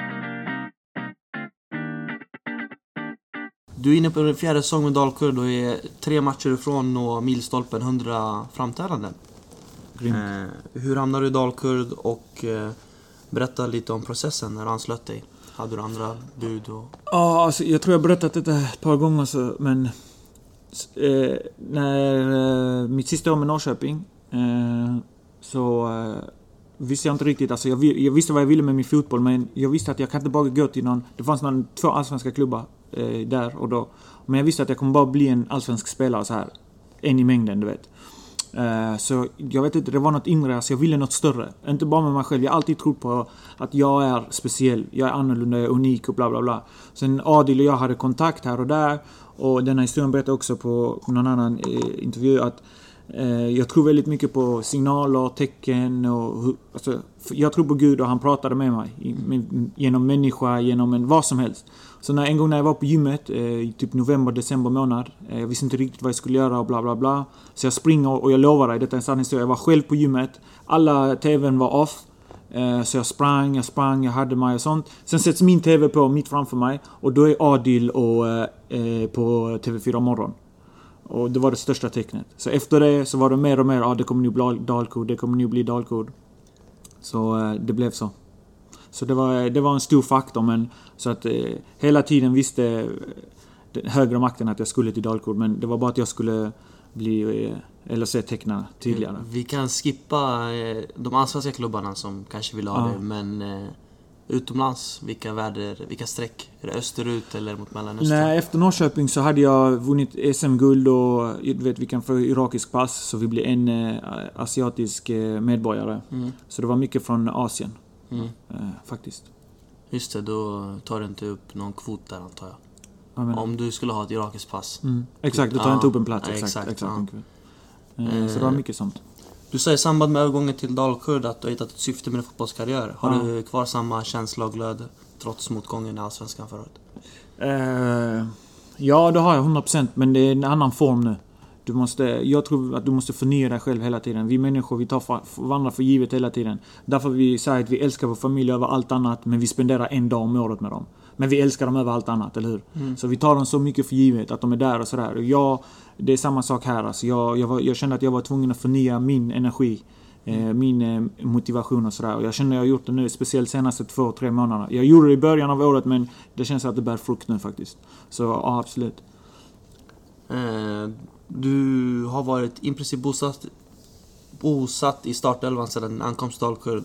Du är inne på den 4:e säsongen med Dalkurd och är 3 matcher ifrån nå milstolpen 100 framträdanden. Hur hamnade du i Dalkurd och berätta lite om processen när du anslöt dig? Hade du andra bud? Ja, alltså, jag tror jag har berättat det ett par gånger, så, men när mitt sista år med Norrköping så visste jag inte riktigt, alltså jag visste vad jag ville med min fotboll, men jag visste att jag kan inte bara gå till någon, det fanns 2 allsvenska klubbar där och då, men jag visste att jag kommer bara bli en allsvensk spelare så här, en i mängden, du vet. Så jag vet inte, det var något inre, alltså jag ville något större, inte bara med mig själv. Jag har alltid trott på att jag är speciell, jag är annorlunda, jag är unik och bla bla bla. Sen Adil och jag hade kontakt här och där, och denna historien berättade också på någon annan intervju att jag tror väldigt mycket på signaler, tecken och alltså, jag tror på Gud, och han pratade med mig genom människa, genom vad som helst. Så en gång när jag var på gymmet i typ november-december månad, jag visste inte riktigt vad jag skulle göra och bla bla bla. Så jag springer, och jag lovar dig, detta är en sann historia. Jag var själv på gymmet, alla tvn var off. Så jag sprang, jag hade mig och sånt. Sen sätts min tv på mitt framför mig, och då är Adil och på TV4 morgon. Och det var det största tecknet. Så efter det så var det mer och mer, det kommer nu bli Dalkurd, Så det blev så. Så det var en stor faktor, men så att hela tiden visste den högre makten att jag skulle till Dalkurd. Men det var bara att jag skulle bli LHC-tecknare tydligare. Vi kan skippa de allsvenska klubbarna som kanske vill ha det, men utomlands, vilka streck? Är det österut eller mot Mellanöstern? Nej, efter Norrköping så hade jag vunnit SM-guld och vi kan få irakisk pass, så vi blev en asiatisk medborgare. Så det var mycket från Asien, faktiskt. Just det, då tar du inte upp någon kvot där, antar jag. Om du skulle ha ett irakiskt pass. Exakt, då tar jag inte upp en plats. Exakt. Så det var mycket sånt. Du säger i samband med övergången till Dalkurd att du har hittat ett syfte med din fotbollskarriär. Har du kvar samma känsla och glöd trots motgången i Allsvenskan förra året? Ja, det har jag 100%, men det är en annan form nu. Jag tror att du måste förnya dig själv hela tiden. Vi människor, vi tar varandra för givet hela tiden. Därför vi säger att vi älskar vår familj över allt annat, men vi spenderar en dag om året med dem. Men vi älskar dem över allt annat, eller hur? Så vi tar dem så mycket för givet att de är där och sådär. Det är samma sak här. Alltså jag kände att jag var tvungen att förnya min energi, min motivation och sådär. Och jag känner att jag har gjort det nu, speciellt senaste 2-3 månaderna. Jag gjorde det i början av året, men det känns att det bär frukt nu faktiskt. Så ja, absolut. Du har varit i princip bosatt i startelvan sedan ankomst till Dalkurd.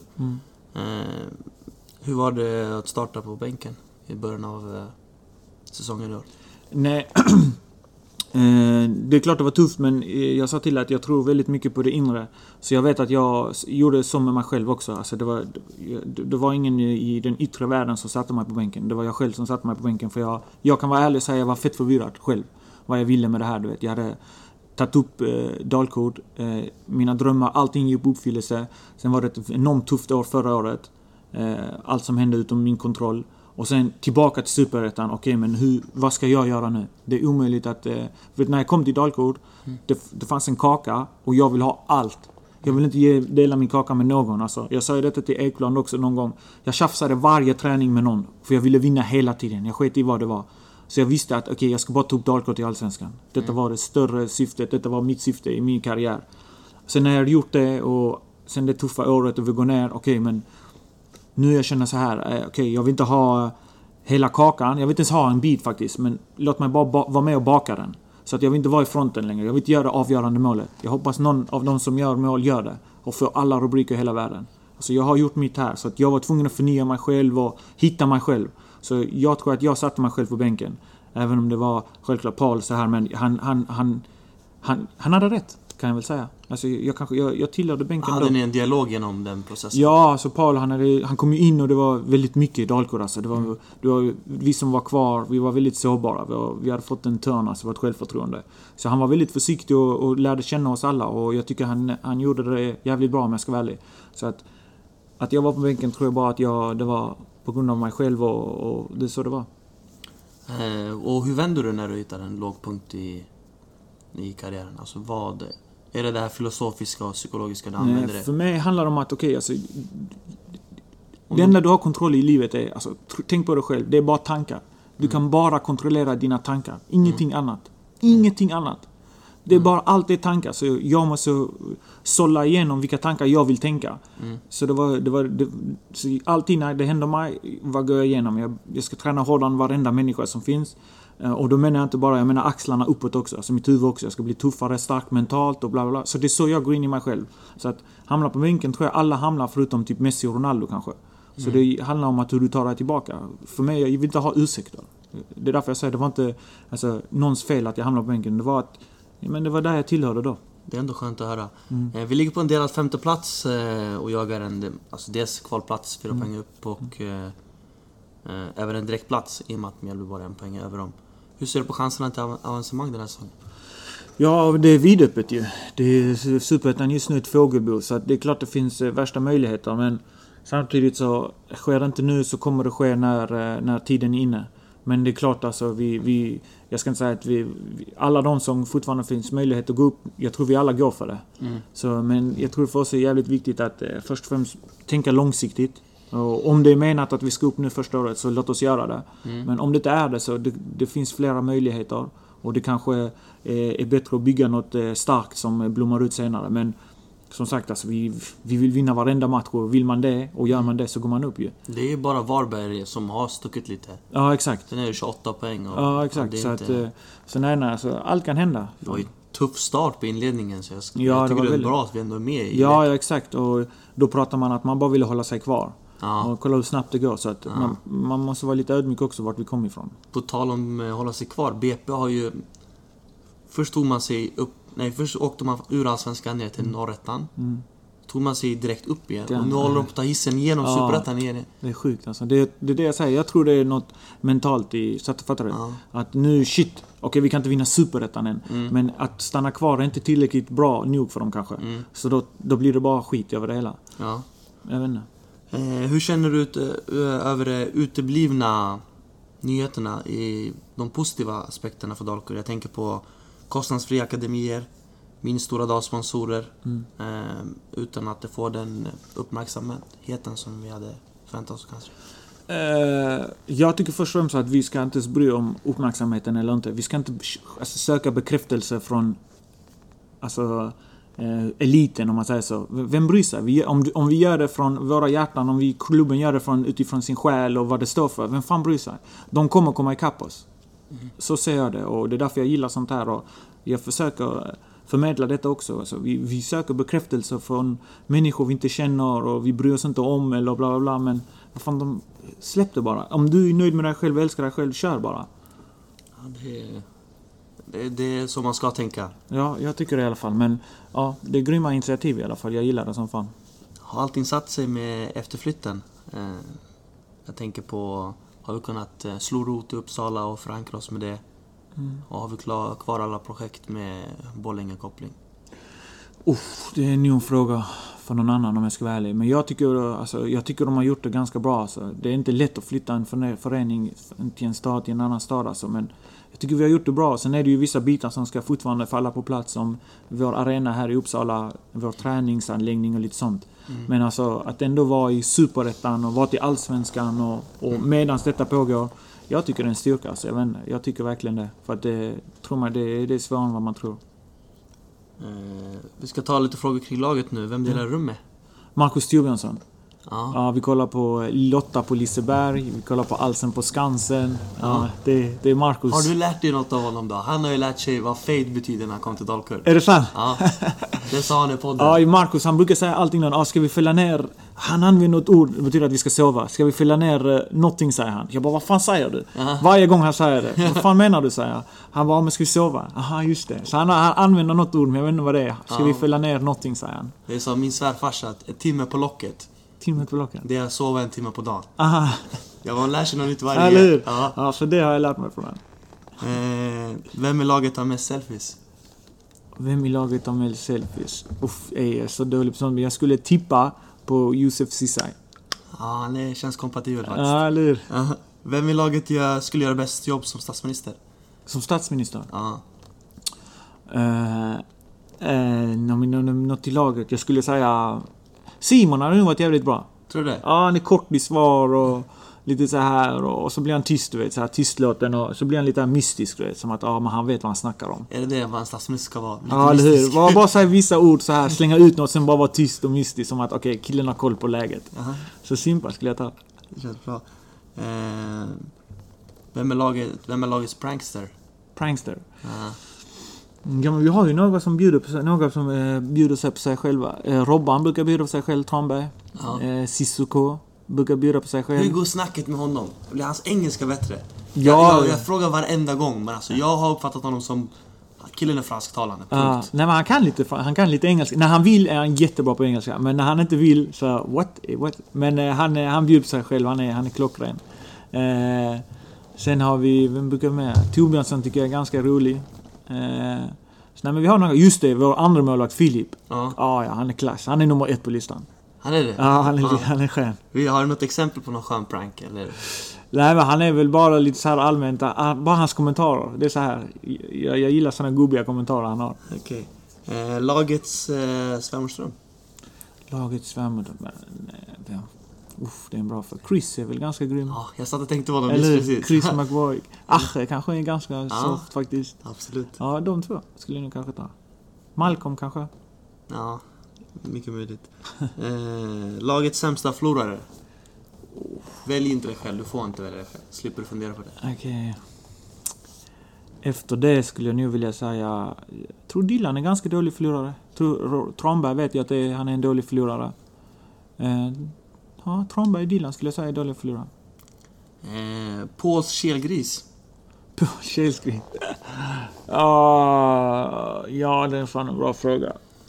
Hur var det att starta på bänken i början av säsongen i år? Nej, det är klart det var tufft, men jag sa till att jag tror väldigt mycket på det inre. Så jag vet att jag gjorde så med mig själv också. Alltså det var ingen i den yttre världen som satte mig på bänken. Det var jag själv som satte mig på bänken. För jag kan vara ärlig och säga att jag var fett förvirrad själv. Vad jag ville med det här, du vet. Jag hade tagit upp Dalkurd, mina drömmar, allting gick på uppfyllelse. Sen var det ett enormt tufft år förra året. Allt som hände utom min kontroll. Och sen tillbaka till Superettan. Okej, men vad ska jag göra nu? Det är omöjligt att... För när jag kom till Dalkurd, det fanns en kaka och jag vill ha allt. Jag vill inte dela min kaka med någon. Alltså, jag sa ju detta till Ekblad också någon gång. Jag tjafsade varje träning med någon. För jag ville vinna hela tiden. Jag sket i vad det var. Så jag visste att jag ska bara ta upp Dalkurd till Allsvenskan. Detta var det större syftet. Detta var mitt syfte i min karriär. Sen när jag hade gjort det och sen det tuffa året och vi går ner. Men nu jag känner så här. Jag vill inte ha hela kakan. Jag vill inte ens ha en bit faktiskt. Men låt mig bara vara med och baka den. Så att jag vill inte vara i fronten längre. Jag vill inte göra det avgörande målet. Jag hoppas någon av de som gör mål gör det. Och får alla rubriker i hela världen. Alltså jag har gjort mitt här. Så att jag var tvungen att förnya mig själv och hitta mig själv. Så jag tror att jag satte mig själv på bänken. Även om det var självklart Paul så här. Men han hade rätt, kan jag väl säga. Alltså jag tillhörde bänken. Hade ni en dialog genom den processen? Ja, alltså Paul han kom ju in och det var väldigt mycket i Dalkurd. Alltså. Det var vi som var kvar, vi var väldigt sårbara. Vi hade fått en törn, alltså ett självförtroende. Så han var väldigt försiktig och lärde känna oss alla. Och jag tycker han gjorde det jävligt bra, om jag ska vara ärlig. Så att jag var på bänken tror jag bara att det var på grund av mig själv och det är så det var. Och hur vänder du när du hittar en lågpunkt i karriären? Alltså är det här filosofiska och psykologiska du använder det? För mig handlar det om att det enda du har kontroll i livet är, alltså, tänk på dig själv, det är bara tankar. Du kan bara kontrollera dina tankar. Ingenting annat. Ingenting annat. Det är bara allt är tankar. Så jag måste sålla igenom vilka tankar jag vill tänka. Så så alltid när det händer mig, vad går jag igenom? Jag ska träna hårdare än varenda människa som finns. Och då menar jag inte bara, jag menar axlarna uppåt också. Alltså mitt huvud också. Jag ska bli tuffare, stark mentalt och bla bla bla. Så det är så jag går in i mig själv. Så att hamna på bänken tror jag alla hamnar förutom typ Messi och Ronaldo kanske. Så det handlar om att hur du tar dig tillbaka. För mig, jag vill inte ha ursäkter. Det är därför jag säger, det var inte någons fel att jag hamnade på bänken. Det var att men det var där jag tillhörde då. Det är ändå skönt att höra. Vi ligger på en delad 5:e plats och jagar dels kvalplats 4 poäng upp och även en direktplats i och med att Mjällby bara 1 poäng över dem. Hur ser du på chanserna till avancemang den här säsongen? Ja, det är vidöppet ju. Det är Superettan just nu ett fågelbo, så att det är klart det finns värsta möjligheter, men samtidigt så sker det inte nu så kommer det ske när tiden är inne. Men det är klart alltså, jag ska inte säga att alla de som fortfarande finns möjlighet att gå upp, jag tror vi alla går för det. Så, men jag tror för oss är jävligt viktigt att först och främst tänka långsiktigt. Och om det är menat att vi ska upp nu första året så låt oss göra det. Men om det inte är det så det finns flera möjligheter. Och det kanske är bättre att bygga något starkt som blommar ut senare. Men som sagt, alltså, vi vill vinna varenda match, och vill man det och gör man det så går man upp ju. Det är bara Varberg som har stuckit lite. Ja, exakt. Sen är det 28 poäng. Och ja, exakt. Så inte... så nej, alltså, allt kan hända. Det var ju tuff start på inledningen, så jag tycker det är bra att vi ändå är med i ja, exakt. Och då pratar man att man bara ville hålla sig kvar. Ja. Och kolla hur snabbt det går. Så att man måste vara lite ödmjuk också vart vi kommer ifrån. På tal om hålla sig kvar, BP har ju... Först tog man sig upp... Nej, först åkte man ur Allsvenskan ner till Norrettan. Tog man sig direkt upp igen. Och nu håller de på att ta hissen igenom Superettan igen. Det är sjukt alltså. Det är det jag säger. Jag tror det är något mentalt i... Så att fattar du? Att nu, shit. Okej, vi kan inte vinna Superettan än. Men att stanna kvar är inte tillräckligt bra nog för dem kanske. Så då blir det bara skit över det hela. Ja. Jag vet inte. Hur känner du över de uteblivna nyheterna i de positiva aspekterna för Dalkurd? Jag tänker på kostnadsfria akademier, min stora dagsponsorer, utan att det får den uppmärksamheten som vi hade förväntat oss kanske. Jag tycker först och främst att vi ska inte bry om uppmärksamheten eller inte. Vi ska inte söka bekräftelse från eliten, om man säger så. Vem bryr sig? Om vi gör det från våra hjärtan, om klubben gör det utifrån sin själ och vad det står för, vem fan bryr sig? De kommer komma ikapp oss. Så ser jag det, och det är därför jag gillar sånt här, och jag försöker förmedla detta också. Alltså, vi söker bekräftelse från människor vi inte känner och vi bryr oss inte om eller bla bla bla, men vad fan, de släppte bara. Om du är nöjd med dig själv, älskar dig själv, kör bara. Ja, det är så man ska tänka. Ja, jag tycker det i alla fall. Men ja, det är grymma initiativ i alla fall. Jag gillar det som fan. Har allting satt sig med efterflytten? Jag tänker på, har vi kunnat slå rot i Uppsala och förankra oss med det? Och har vi kvar alla projekt med Borlänge-koppling? Det är en ny fråga för någon annan, om jag ska vara ärlig. Men jag tycker de har gjort det ganska bra. Alltså. Det är inte lätt att flytta en förening till en stad, till en annan stad. Alltså. Men jag tycker vi har gjort det bra. Sen är det ju vissa bitar som ska fortfarande falla på plats, som vår arena här i Uppsala, vår träningsanläggning och lite sånt. Men alltså att ändå vara i Superettan och vara till Allsvenskan och medans detta pågår, jag tycker det är en styrka. Alltså. Jag tycker verkligen det. För att det är svårare än vad man tror. Vi ska ta lite frågor kring laget nu. Vem delar rum med? Marcus Torbjörnsson. Ja, vi kollar på Lotta på Liseberg. Vi kollar på Alsen på Skansen. Ja, det är Marcus. Har du lärt dig något av honom då? Han har ju lärt sig vad fade betyder när han kom till Dalkurd. Är det sant? Ja, det sa han i podden. Ja, Marcus, han brukar säga allting någon. Ska vi fälla ner... Han använder något ord, det betyder att vi ska sova. Ska vi fälla ner någonting, säger han. Jag bara, vad fan säger du? Varje gång han säger det. Vad fan menar du, säger jag. Han bara, men ska vi sova? Aha, just det. Så han använder något ord, men jag vet inte vad det är. Ska vi fälla ner någonting, säger han. Det är som min svärfarsa, ett timme på locket. Timme på locket? Det är att sova en timme på dagen. Aha. Jag lär sig något nytt varje gång. Ja, så det har jag lärt mig från den. Vem i laget har mest selfies? Vem i laget har mest selfies? Jag är så dålig på sånt, men jag skulle tippa på Josef Sisay. Ja, det känns kompatibelt faktiskt. Ja, eller? Vem i laget skulle göra bäst jobb som statsminister? Som statsminister? Ja. Något i laget. Jag skulle säga... Simon har nog varit jävligt bra. Tror du det? Ja, han är kort i svar och lite så här, och så blir han tyst, du vet, så här tystlåten, och så blir han lite mystisk, du vet, som att men han vet vad han snackar om. Är det vad en statsminister ska vara? Ja, eller hur? Bara säga vissa ord så här, slänga ut något, sen bara vara tyst och mystisk, som att okej, killen har koll på läget. Så simpelt skulle jag ta. Det känns bra. Vem är lagets prankster? Prankster? Ja, men vi har ju några som bjuder sig på sig själva. Robban brukar bjuda på sig själv, Tranberg. Sissoko brukar bjuda på sig själv. Hur går snacket med honom? Blir hans engelska bättre? Ja. Jag frågar varenda gång, men alltså, jag har uppfattat honom som killen är fransktalande. Nej, men han kan lite engelska. När han vill är han jättebra på engelska, men när han inte vill så what? Men han bjuder på sig själv, han är klockren. Sen har vi, vem brukar med? Torbjörnsson tycker jag är ganska rolig. Så, men vi har några, just det, vår andra målvakt Filip. Ja, han är klass. Han är nummer 1 på listan. Han är det? Ja, han är skön. Vi har något exempel på någon skön prank, eller? Nej, men han är väl bara lite så här allmänt, bara hans kommentarer. Det är så här, jag gillar såna gubbiga kommentarer han har. Okej. Lagets Svärmorström. Lagets Svärmorström. Det är en bra för. Chris är väl ganska grym. Ja, jag satt och tänkte på dem precis. Chris McVoy. Ache kanske är ganska soft faktiskt. Absolut. Ja, de två skulle jag nog kanske ta. Malcolm kanske. Ja. Mycket möjligt. Lagets sämsta förlorare. Välj inte dig själv, du får inte välja dig själv. Slipper du fundera på det. Okej. Efter det skulle jag nu vilja säga... Jag tror Dylan är ganska dålig förlorare. Tromberg vet jag att han är en dålig förlorare. Ja, Tromberg och Dylan skulle jag säga är dålig förlorare. Pauls kelgris. Paul Kjellskrin. Ja, det är fan en bra fråga.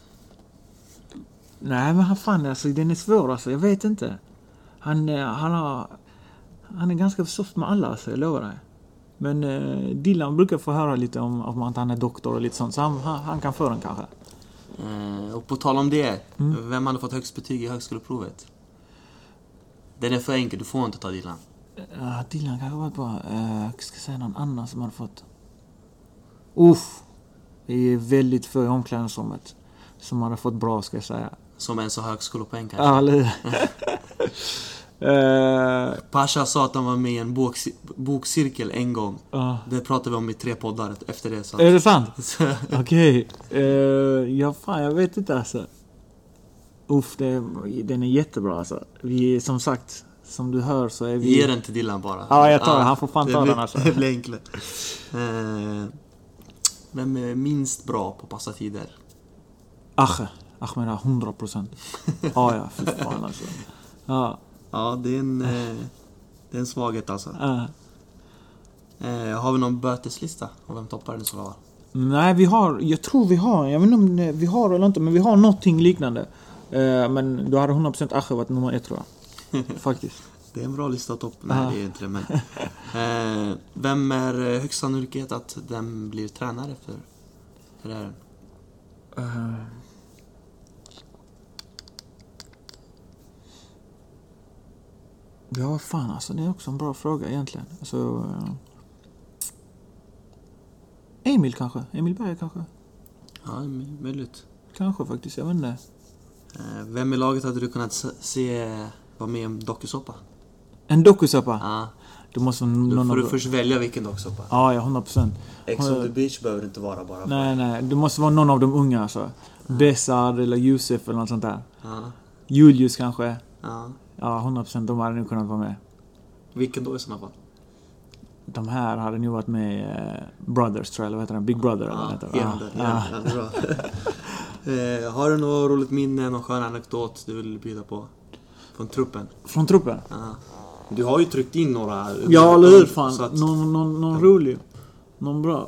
Nej, men han fan alltså, den är svår alltså. Jag vet inte. Han är ganska soft med alla, alltså, jag lovar dig. Men Dylan brukar få höra lite om att han är doktor och lite sånt. Så han kan få den kanske. Och på tal om det, vem hade fått högst betyg i högskoleprovet? Den är för enkel, du får inte ta Dylan. Dylan kanske var bra. Jag ska säga någon annan som hade fått... Det är väldigt få i omklädningsrummet som hade fått bra, ska jag säga. Som en så högskolepoäng kanske. Ja, eller... Pasha sa att han var med i en bokcirkel en gång. Det pratade vi om i 3 poddar efter det. Så. Är det sant? Okej. Jag vet inte alltså. Den är jättebra alltså. Vi, som sagt, som du hör så är vi... Ge den till Dylan bara. Ja, jag tar det. Han får fan ta den alltså. Det blir enklare. Vem är minst bra på passa tider? Ahmed 100%. Ja, för fan alltså. Ja, det är en svaghet alltså. Har vi någon böteslista? Och vem toppar den så var? Nej, jag tror vi har. Jag vet inte om vi har eller inte, men vi har någonting liknande. Men då hade 100% Ahmed varit nummer 1, tror jag. Faktiskt. Det är en bra lista att toppa. Nej, det är inte det, men... vem är högst sannolikhet att den blir tränare för det här? Ja, fan alltså. Det är också en bra fråga egentligen. Alltså... Emil kanske? Emil Berg kanske? Ja, möjligt. Kanske faktiskt, jag vet inte. Vem i laget hade du kunnat se vara med i en dokusåpa? En dokusåpa? Ja. Då får du först välja vilken dokusåpa. Ja, 100%. Ex on the beach behöver det inte vara bara. Nej. Det måste vara någon av de unga alltså. Besard eller Josef eller något sånt där. Ja. Julius kanske. Ja. Ja, 100%. De hade nog kunnat vara med. Vilken då i sådana fall? De här hade nog varit med i Brothers, tror jag. Eller vad heter det? Big Brother. Ja, det är bra. Har du något roligt minne, någon skön anekdot du vill bjuda på? Från truppen? Från truppen? Ja. Du har ju tryckt in några... Ja, eller hur fan? Att... Någon rolig. Någon bra.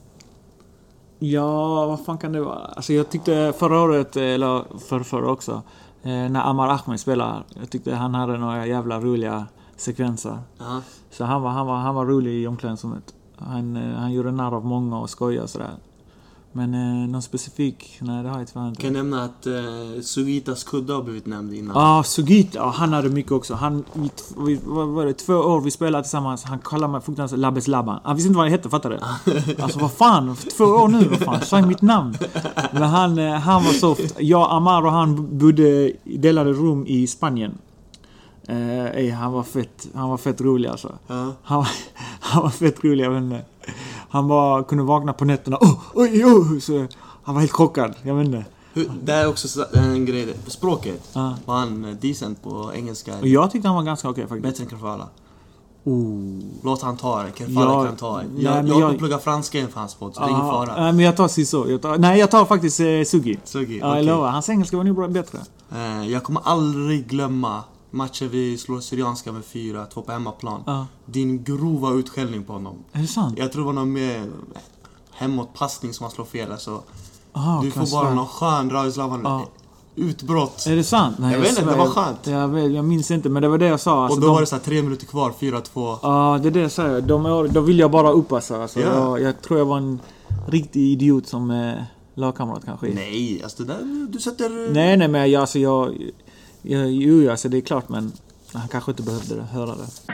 Ja, vad fan kan det vara? Alltså jag tyckte förra året, eller förra också, när Amar Ahmed spelade, jag tyckte han hade några jävla roliga sekvenser. Ja. Så han var rolig i omklädningsrummet. Han gjorde narr av många och skojade och sådär. Men någon specifik, nej, det har jag tyvärr inte. Kan jag nämna att Sugitas kudde har blivit nämnd innan? Sugita, han hade mycket också. Vad var det, 2 år vi spelade tillsammans. Han kallade mig fortfarande Labbes Labban. Han visste inte vad det hette, fattar du? Alltså vad fan, 2 år nu, vad fan, säg mitt namn. Men han var soft. Jag, Amar och han delade rum i Spanien. Han var fett rolig alltså. Han var fett rolig, jag vet inte. Han bara kunde vakna på nätterna. Så han var helt chockad, jag vet inte. Det är också en grej på språket. Var han decent på engelska? Och jag tyckte han var ganska okej faktiskt. Bättre än Kerfala. Låt han ta det. Kerfala kan ta det. Jag kan plugga franska inför hans podd, så det är ingen fara. Men jag tar Siso. Jag tar faktiskt Sugi. Ja, jag lovar. Hans engelska var nog bättre. Jag kommer aldrig glömma matcher vi slår Syrianska med 4-2 på hemmaplan. Din grova utskällning på honom. Är det sant? Jag tror det var någon med hemåtpassning som han slår fel. Så du får bara någon skön Raislavan utbrott. Är det sant? Nej, jag vet inte, det var skönt. Jag minns inte, men det var det jag sa. Alltså, och då var det så här 3 minuter kvar, 4-2. Ja, det är det jag säger. Då vill jag bara upp alltså. Jag tror jag var en riktig idiot som lagkamrat kanske. Nej, alltså det där, du sätter... Nej, men alltså det är klart, men han kanske inte behövde höra det.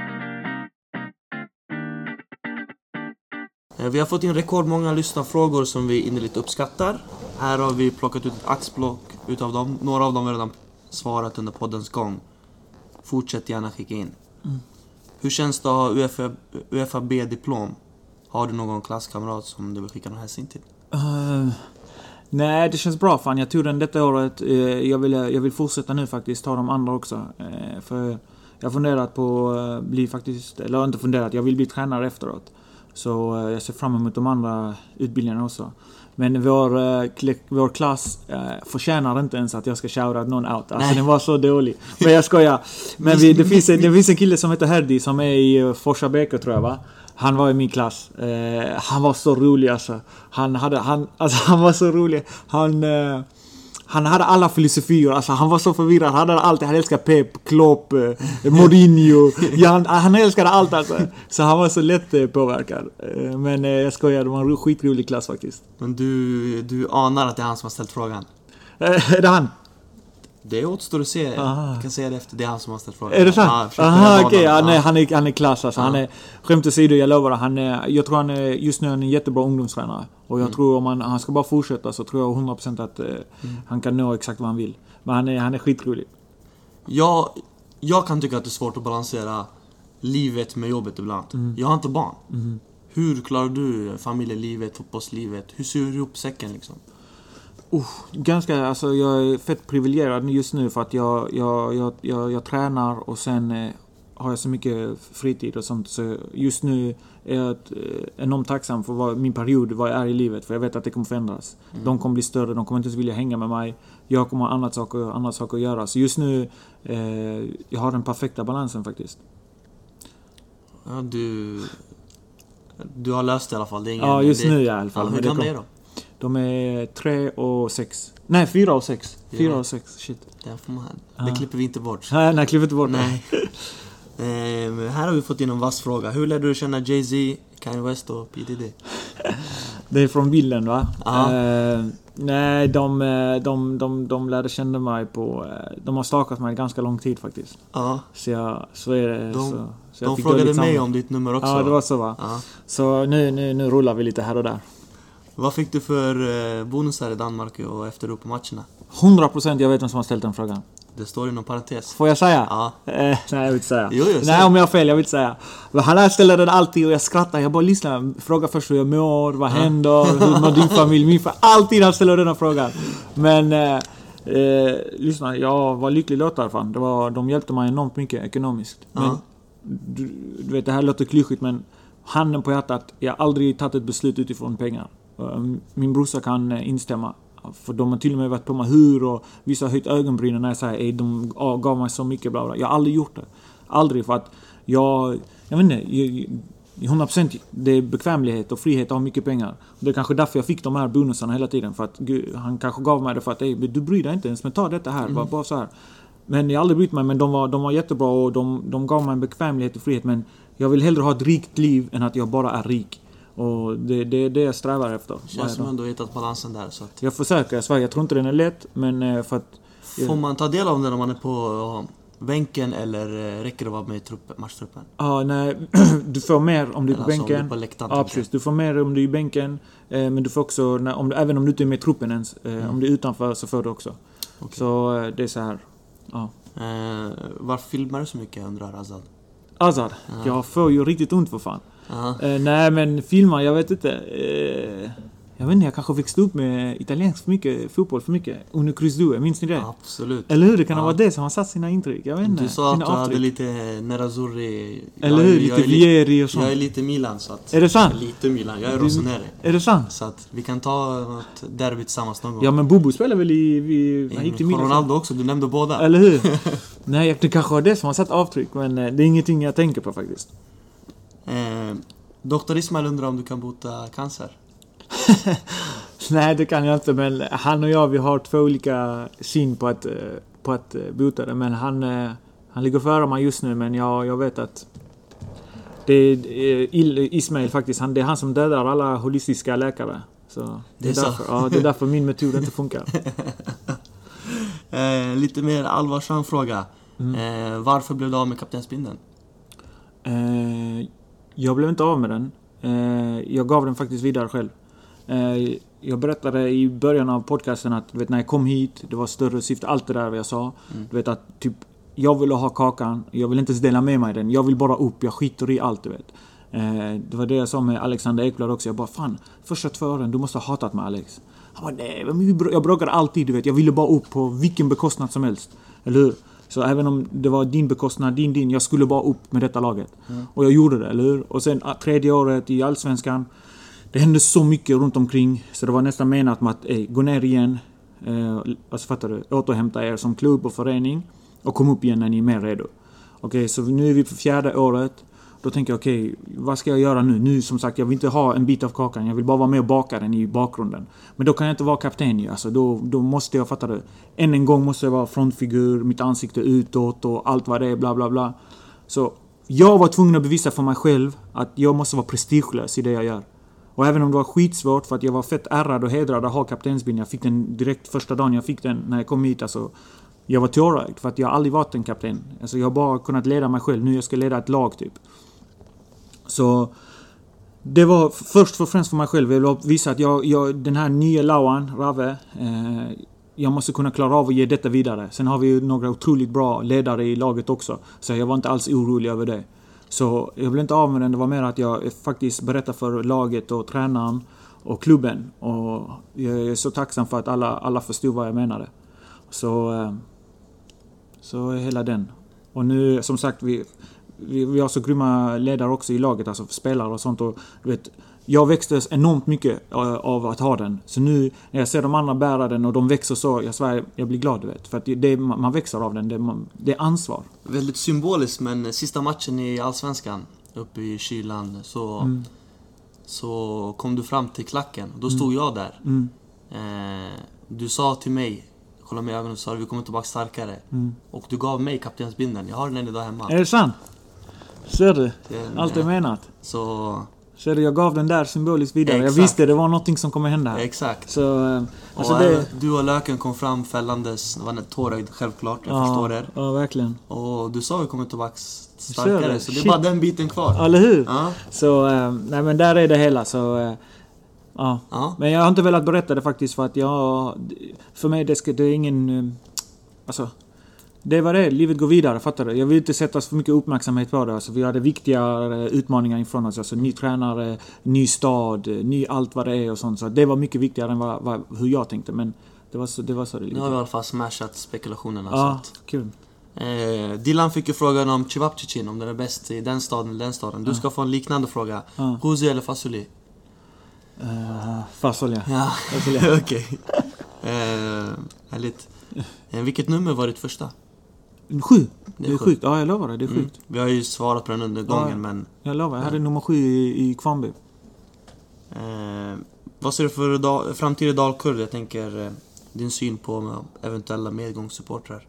Vi har fått in rekordmånga lyssnarfrågor som vi innerligt uppskattar. Här har vi plockat ut ett axplock utav dem. Några av dem har redan svarat under poddens gång. Fortsätt gärna skicka in. Hur känns det att ha UFAB-diplom? Har du någon klasskamrat som du vill skicka någon hälsning till? Nej, det känns bra fan. Jag tog den detta året. Jag vill fortsätta nu faktiskt. Ta de andra också. För jag har funderat på bli faktiskt... Eller inte funderat, jag vill bli tränare efteråt. Så jag ser fram emot de andra utbildningarna också. Men vår klass förtjänar inte ens att jag ska shouta någon out. Alltså den var så dålig. Men jag skojar. Men det finns en kille som heter Herdi som är i Forsabeka tror jag va? Han var i min klass. Han var så rolig alltså. Han var så rolig. Han hade alla filosofier. Alltså han var så förvirrad. Han hade allt. Han älskade Pep, Klopp, Mourinho. Han älskade allt alltså. Så han var så lätt påverkad. Men jag skojar, det var en skitrolig klass faktiskt. Men du anar att det är han som har ställt frågan? Är det han? Det återstår att se. Jag kan säga det efter. Det är han som har ställt frågan. Är det sant? Okej. Han är klass alltså. Han är skämt åsido, jag lovar. Jag tror han är just nu en jättebra ungdomstränare. Och jag tror om han ska bara fortsätta så tror jag 100% att han kan nå exakt vad han vill. Men han är skitrolig. Jag kan tycka att det är svårt att balansera livet med jobbet ibland. Jag har inte barn. Hur klarar du familjelivet, fotbollslivet? Hur ser du ihop säcken liksom? Ganska, alltså jag är fett privilegierad just nu för att jag tränar och sen har jag så mycket fritid och sånt. Så just nu är jag enormt tacksam för min period, vad jag är i livet. För jag vet att det kommer förändras. De kommer bli större, de kommer inte ens vilja hänga med mig. Jag kommer ha andra saker att göra. Så just nu, jag har den perfekta balansen faktiskt. Ja, du har löst det i alla fall. Det är ingen, just nu i alla fall. Hur gamla är de? De är 3 och 6. Nej, 4 och 6. 4 och 6, shit. Det klipper vi inte bort. Nej, klipper inte bort. Nej. Här har vi fått in en vass fråga. Hur lärde du känna Jay-Z, Kanye West och P. Diddy? Det är från bilden va? Nej, de lärde känna mig på... De har stakat mig ganska lång tid faktiskt. Så är det. De frågade mig om ditt nummer också. Ja, det var så va? Så nu rullar vi lite här och där. Vad fick du för bonusar i Danmark och efter upp på matcherna? 100% jag vet vem som har ställt den frågan. Det står i någon parentes. Får jag säga? Ja. Nej, jag vill inte säga. Jo, nej, om jag har fel, jag vill inte säga. Han ställer den alltid och jag skrattar. Jag bara lyssnar. Frågar först hur jag mår, vad händer, hur mår din familj, min familj. Alltid han ställer den här frågan. Men lyssna, jag var lycklig låtar fan. De hjälpte mig enormt mycket ekonomiskt. Men du vet, det här låter klyschigt men handen på hjärtat, jag har aldrig tagit ett beslut utifrån pengar. Min brorsa kan instämma. För de har till och med varit på mig hur och vissa har höjt ögonbrynen när jag säger de gav mig så mycket bla bla. Jag har aldrig gjort det. Aldrig för att jag vet inte, 100% det är bekvämlighet och frihet att ha mycket pengar. Det är kanske därför jag fick de här bonusarna hela tiden. För att han kanske gav mig det för att du bryr dig inte ens med ta detta här. Bara så här. Men jag har aldrig brytt mig, men de var jättebra och de gav mig en bekvämlighet och frihet. Men jag vill hellre ha ett rikt liv än att jag bara är rik. Och det är det jag strävar efter. Känns som ändå hittat balansen där. Så att... Jag försöker, jag tror inte den är lätt, men för att... Får man ta del av den när man är på bänken eller räcker det att vara med i matchtruppen? Ja, nej. Du får mer om du är på bänken. Om du är på läktaren, ja, precis. Du får mer om du är i bänken. Men du får också, även om du inte är med i truppen ens. Om du är utanför så får du också. Okay. Så det är så här. Ja. Varför filmar du så mycket undrar Azad? Jag får ju riktigt ont för fan. Nej men filmar, jag vet inte. Jag vet inte, jag kanske växte upp med italiensk för mycket, fotboll för mycket. Under Cruz Due, minns ni det? Absolut. Eller hur? Det kan ha varit det som har satt sina intryck. Jag vet inte. Du sa att du hade lite Nerazzurri. Eller hur? Lite Vieri och sånt. Jag är lite Milan så att... Är det sant? Lite Milan, jag är Rossoneri. Är det sant? Så att vi kan ta något derby tillsammans någon gång. Ja men Bobo spelar väl han gick till Milan. Ronaldo också, du nämnde båda. Eller hur? Nej, det kanske var det som har satt avtryck. Men det är ingenting jag tänker på faktiskt. Dr. Ismail undrar om du kan bota cancer. Nej, det kan jag inte. Men han och jag, vi har 2 olika syn på att bota det. Men han ligger före mig just nu. Men jag vet att det är Ismail faktiskt. Det är han som dödar alla holistiska läkare. Så det är därför, ja, det är därför min metod inte funkar. Lite mer allvarsam fråga. Varför blev du av med kaptensbindeln? Jag blev inte av med den. Jag gav den faktiskt vidare själv. Jag berättade i början av podcasten att när jag kom hit, det var större syfte, allt det där jag sa. Du vet att typ, jag ville ha kakan, jag vill inte dela med mig den. Jag vill bara upp, jag skiter i allt, du vet. Det var det jag sa med Alexander Ekblad också. Jag bara, fan, första 2 åren, du måste ha hatat mig Alex. Han bara, nej, jag bråkade alltid, du vet. Jag ville bara upp på vilken bekostnad som helst. Eller hur? Så även om det var din bekostnad, din, jag skulle bara upp med detta laget. Och jag gjorde det, eller hur? Och sen 3:e året i Allsvenskan, det hände så mycket runt omkring. Så det var nästan menat med att gå ner igen. Alltså fattar du? Återhämta er som klubb och förening. Och kom upp igen när ni är mer redo. Okej, så nu är vi på 4:e året. Då tänker jag, okej, vad ska jag göra nu? Nu som sagt, jag vill inte ha en bit av kakan. Jag vill bara vara med och baka den i bakgrunden. Men då kan jag inte vara kapten ju. Alltså, då måste jag, fatta det. Än en gång måste jag vara frontfigur, mitt ansikte utåt och allt vad det är, bla bla bla. Så jag var tvungen att bevisa för mig själv att jag måste vara prestigelös i det jag gör. Och även om det var skitsvårt för att jag var fett ärrad och hedrad att ha kaptensbindeln. Jag fick den direkt första dagen jag fick den när jag kom hit. Alltså, jag var tårögd för att jag aldrig varit en kapten. Alltså, jag har bara kunnat leda mig själv. Nu jag ska leda ett lag typ. Så det var först och främst för mig själv. Jag ville visa att den här nya Lauan, Rave, jag måste kunna klara av att ge detta vidare. Sen har vi ju några otroligt bra ledare i laget också. Så jag var inte alls orolig över det. Så jag blev inte av med den. Det var mer att jag faktiskt berättade för laget och tränaren och klubben. Och jag är så tacksam för att alla förstod vad jag menade. Så hela den. Och nu, som sagt, vi har så grymma ledare också i laget, alltså spelare och sånt. Och, du vet, jag växte enormt mycket av att ha den. Så nu när jag ser de andra bära den och de växer så, jag blir glad, du vet. För att man växer av den, det är ansvar. Väldigt symboliskt, men sista matchen i Allsvenskan uppe i kylan så kom du fram till klacken. Då stod jag där. Du sa till mig, kolla mig i ögonen och sa vi kommer tillbaka starkare. Och du gav mig kaptensbindeln. Jag har den än idag hemma. Är det sant? Ser du? Allt är menat. Så jag gav den där symboliskt vidare. Exakt. Jag visste det var någonting som kommer hända här. Exakt. Så, alltså du och Löken kom fram fällandes. Det var en tårögd, självklart. Jag förstår det. Ja, verkligen. Och du sa vi kommer tillbaka starkare. Så det är bara den biten kvar. Eller hur? Ja. Så, nej men där är det hela. Så, ja. Men jag har inte velat berätta det faktiskt. För att för mig det är ingen... Alltså... Det var det, livet går vidare, fattar du? Jag vill inte sätta så mycket uppmärksamhet på det. Alltså, vi hade viktiga utmaningar inför oss. Alltså, ny tränare, ny stad, ny allt vad det är och sånt. Så det var mycket viktigare än hur jag tänkte. Men det var så det lite. Nu har vi i alla fall smashat spekulationerna. Ja, kul. Dylan fick ju frågan om Cevapcic, om den är bäst i den staden eller den staden. Du ska få en liknande fråga. Huzi eller Fasuli? Fasoli. Ja, okej. Härligt. Vilket nummer var ditt första? 7. Det är sjukt. Ja, jag lovar det. Det är sjukt. Vi har ju svarat på den under gången, men... Jag lovar. Jag hade nummer 7 i Kvarnby. Vad ser du för framtida Dalkurd? Jag tänker din syn på eventuella medgångssupportrar.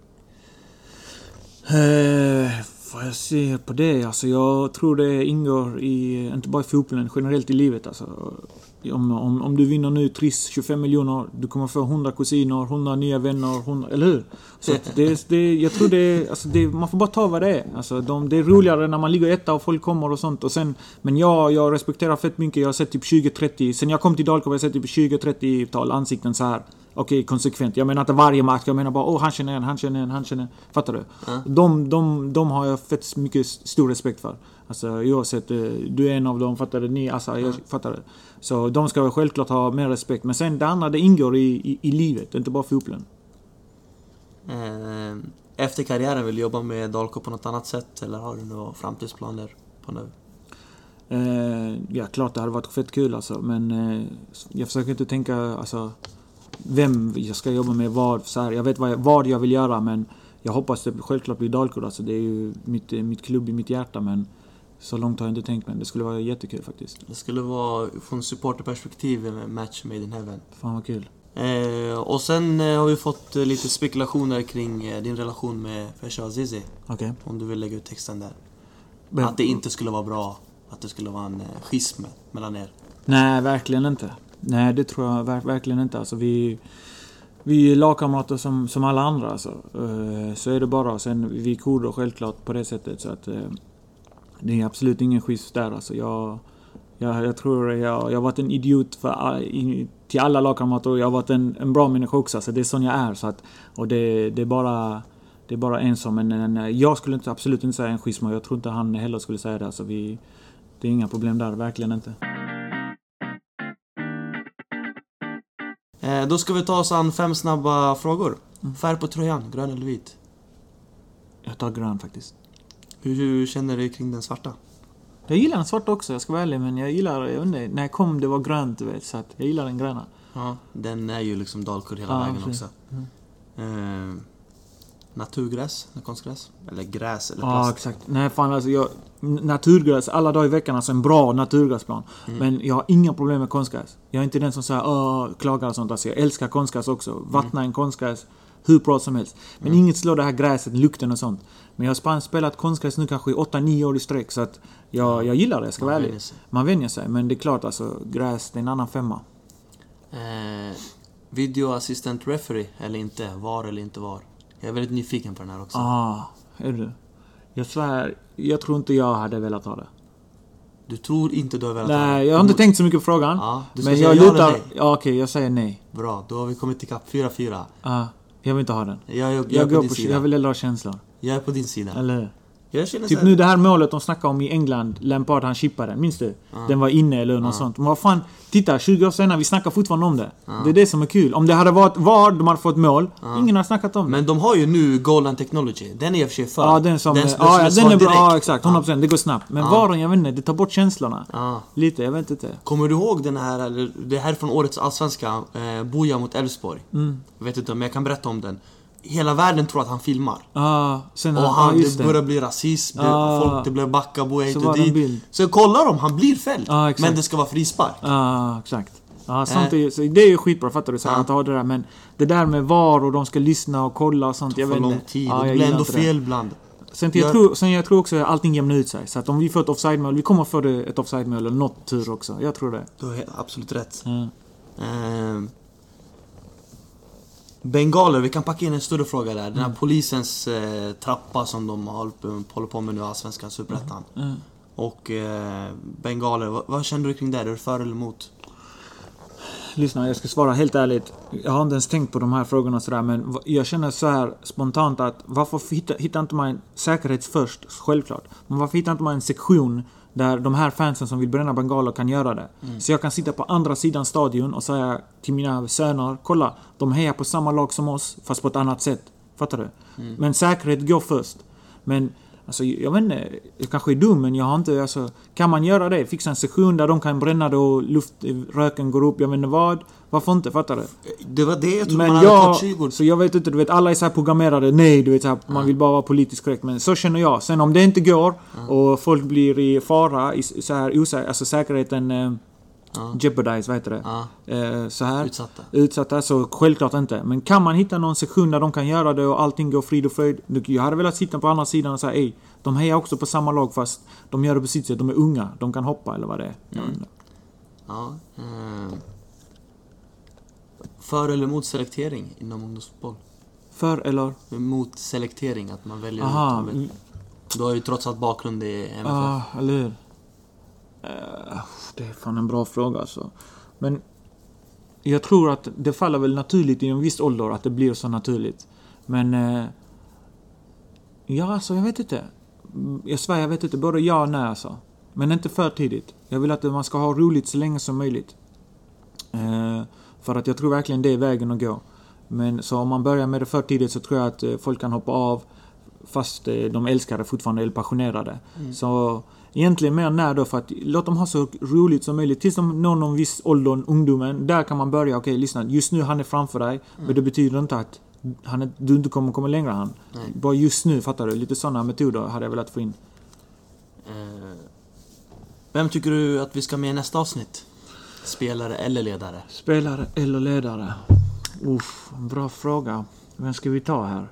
Vad jag ser på det, alltså jag tror det ingår i, inte bara i fotbollen, generellt i livet. Alltså, om du vinner nu Triss 25 miljoner, du kommer få 100 kusiner, 100 nya vänner, 100, eller hur? Så jag tror man får bara ta vad det är. Alltså, det är roligare när man ligger etta och folk kommer och sånt. Och sen, men jag respekterar fett mycket. Jag har sett typ 20-30, sen jag kom till Dalkurd har jag sett typ 20-30-tal ansikten så här. Okej, konsekvent. Jag menar inte varje match. Jag menar bara, han känner en. Fattar du? De har jag fett mycket stor respekt för. Alltså oavsett, du är en av dem, fattar du? Jag fattar det. Så de ska självklart ha mer respekt. Men sen det andra, det ingår i livet, inte bara fotbollen. Efter karriären vill du jobba med Dalkurd på något annat sätt? Eller har du några framtidsplaner på nu? Ja, klart det hade varit fett kul alltså. Men jag försöker inte tänka, alltså... vem jag ska jobba med, vad så här. Jag vet vad jag vill göra, men jag hoppas det självklart blir Dalkurd. Alltså, det är ju mitt klubb i mitt hjärta, men så långt har jag inte tänkt, men det skulle vara jättekul faktiskt. Det skulle vara från supporterperspektiv en match made in heaven. Fan vad kul. Och sen har vi fått lite spekulationer kring din relation med Fesha Azizi. Okay. Om du vill lägga ut texten där. Men, att det inte skulle vara bra, att det skulle vara en schism mellan er. Nej, verkligen inte. Nej, det tror jag verkligen inte. Alltså, vi är lagkamrater som alla andra. Alltså. Så är det bara. Sen vi kurder självklart på det sättet. Så att, det är absolut ingen schism där. Alltså, jag tror jag har varit en idiot till alla lagkamrater. Och jag har varit en bra människa också. Så det är sån jag är. Så att, och det är bara en som. Men jag skulle absolut inte säga en schism. Och jag tror inte han heller skulle säga det. Alltså, det är inga problem där. Verkligen inte. Då ska vi ta oss an 5 snabba frågor. Färg på tröjan, grön eller vit? Jag tar grön faktiskt. Hur känner du kring den svarta? Jag gillar den svarta också, jag ska vara ärlig. Men jag gillar, jag vet inte, när jag kom det var grönt, du vet. Så att jag gillar den gröna. Ja, den är ju liksom dalkurd hela vägen också. Naturgräs, konstgräs? Eller gräs eller plast? Ja, exakt. Nej, fan alltså naturgräs alla dagar i veckan, alltså en bra naturgräsplan. Men jag har inga problem med konstgräs. Jag är inte den som säger klagar och sånt. Alltså, jag älskar konstgräs också. Vattna en konstgräs hur bra som helst. Men inget slår det här gräset, lukten och sånt. Men jag har spelat konstgräs nu kanske i 8-9 år i sträck. Så att jag gillar det, jag ska vara ärlig. Man vänjer sig. Men det är klart, alltså gräs, det är en annan femma. Video assistant referee eller inte? Var eller inte var? Jag är väldigt nyfiken på den här också. Är du? Jag svär, jag tror inte jag hade velat ha det. Du tror inte du har velat ha det? Nej, jag har inte tänkt så mycket på frågan. Du men jag lutar... okej, jag säger nej. Bra, då har vi kommit till kapp 4-4. Jag vill inte ha den. Jag går på sida. Jag vill hellre ha känslor. Jag är på din sida. Eller jag känner typ nu det här målet de snackade om i England, Lampard han chippade, minns du? Den var inne eller något sånt. Men vad fan, titta 20 år senare vi snackar fortfarande om det. Det är det som är kul. Om det hade varit VAR, de hade fått mål. Ingen har snackat om det. Men de har ju nu golden technology. Den är i och för sig för. Ja, den som den är bra. Ja, exakt. 100%. Det går snabbt. Men VARen, jag vet inte, det tar bort känslorna. Lite, jag vet inte. Kommer du ihåg den här, eller det här från årets allsvenska, Boja mot Elfsborg? Jag vet inte, men jag kan berätta om den. Hela världen tror att han filmar. Det börjar bli rasism. Folk, det blir backa, bo hit och dit. Så kollar de, han blir fälld. Men det ska vara frispark. Exakt. Sånt det är ju skitbra, fattar du? Så att ha det där. Men det där med VAR och de ska lyssna och kolla och sånt. Det tar för lång tid. Det blir ändå fel ibland. Sen jag tror också att allting jämnar ut sig. Så att om vi får ett offside-mål, vi kommer få ett offside-mål eller något tur också. Jag tror det. Du har absolut rätt. Bengaler, vi kan packa in en större fråga där. Den här polisens trappa som de håller på med nu, allsvenska superettan. Och bengaler, vad känner du kring det? Är du för eller emot? Lyssna, jag ska svara helt ärligt. Jag har inte ens tänkt på de här frågorna sådär, men jag känner så här spontant att varför hittar inte man säkerhet först? Självklart. Men varför hittar inte man en sektion där de här fansen som vill bränna bengaler kan göra det? Så jag kan sitta på andra sidan stadion och säga till mina söner, kolla, de hejar på samma lag som oss fast på ett annat sätt. Fattar du? Men säkerhet går först. Men alltså, jag vet inte, jag kanske är dum, men jag har inte, alltså, kan man göra det? Fixa en sektion där de kan bränna det och röken går upp, jag vet inte vad. Varför inte, fattar du? Det var det jag tror man hade fått 20. Så jag vet inte, du vet, alla är så här programmerade, nej, du vet, så här, man vill bara vara politiskt korrekt, men så känner jag. Sen om det inte går och folk blir i fara, så här, alltså säkerheten jeopardize, vad heter det? Så här, utsatta, så självklart inte. Men kan man hitta någon sektion där de kan göra det och allting går frid och fröjd? Jag hade velat sitta på andra sidan och säga, ej, de hejar också på samma lag fast de gör det på sitt sätt, de är unga, de kan hoppa eller vad det är. För eller mot selektering inom ungdomsfotboll? För eller? Mot selektering, att man väljer ut. Du har ju trots allt bakgrund i MFF. Eller hur? Det är fan en bra fråga alltså. Men jag tror att det faller väl naturligt i en viss ålder att det blir så naturligt. Men alltså jag vet inte. Jag vet inte, både ja och nej alltså. Men inte för tidigt. Jag vill att man ska ha roligt så länge som möjligt. För att jag tror verkligen det är vägen att gå. Men så om man börjar med det för tidigt så tror jag att folk kan hoppa av fast de älskar det fortfarande, är passionerade. Så egentligen mer när då, för att låt dem ha så roligt som möjligt tills de når någon viss ålder, ungdomen. Där kan man börja, okej, lyssna, just nu han är framför dig, men det betyder inte att du inte kommer komma längre bara just nu, fattar du? Lite sådana metoder hade jag velat få in. Vem tycker du att vi ska med i nästa avsnitt? Spelare eller ledare? Spelare eller ledare? Bra fråga. Vem ska vi ta här?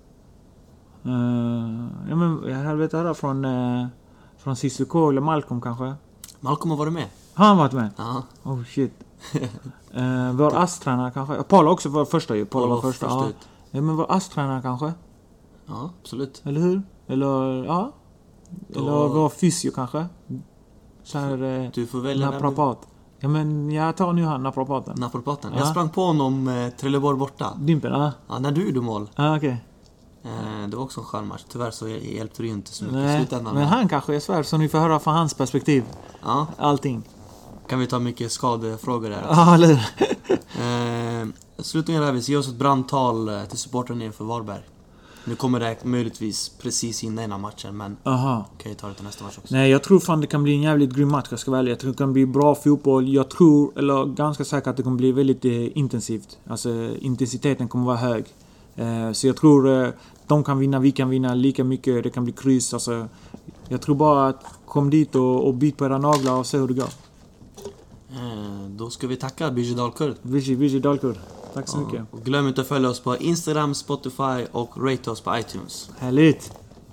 Jag vet höra från Sissoko eller Malcolm kanske. Malcolm har varit med. Har han varit med? Ja. Oh shit. Vår ASS-tränare kanske. Paul också var första ju. Paul var första. Ja, men vår ASS-tränare kanske. Ja, absolut. Eller hur? Eller ja. Eller vår fysio kanske. Så här, du får välja naprapat. Ja, men jag tar nu han naprapaten. Naprapaten. Jag sprang på honom Trelleborg borta. Dimpen, Ja, när du gjorde mål. Okej. Det var också en skärmatch. Tyvärr så hjälpte det ju inte så mycket i slutändan. Men han kanske är svär, så ni får höra från hans perspektiv. Ja. Allting. Kan vi ta mycket skadefrågor där? Ja, eller Slutligen Ravis, ge oss ett brandtal till supporten inför Varberg. Nu kommer det möjligtvis precis innan matchen, men okej, ta det till nästa match också. Nej, jag tror fan det kan bli en jävligt grym match, jag ska välja. Jag tror det kan bli bra fotboll. Jag tror, eller ganska säkert, att det kommer bli väldigt intensivt. Alltså intensiteten kommer vara hög. Så jag tror de kan vinna, vi kan vinna lika mycket. Det kan bli kryss. Alltså, jag tror bara att kom dit och byt på era naglar och se hur det går. Då ska vi tacka Bijou Dalkurd. Bijou Dalkurd. Tack så mycket. Och glöm inte att följa oss på Instagram, Spotify och rate oss på iTunes. Härligt!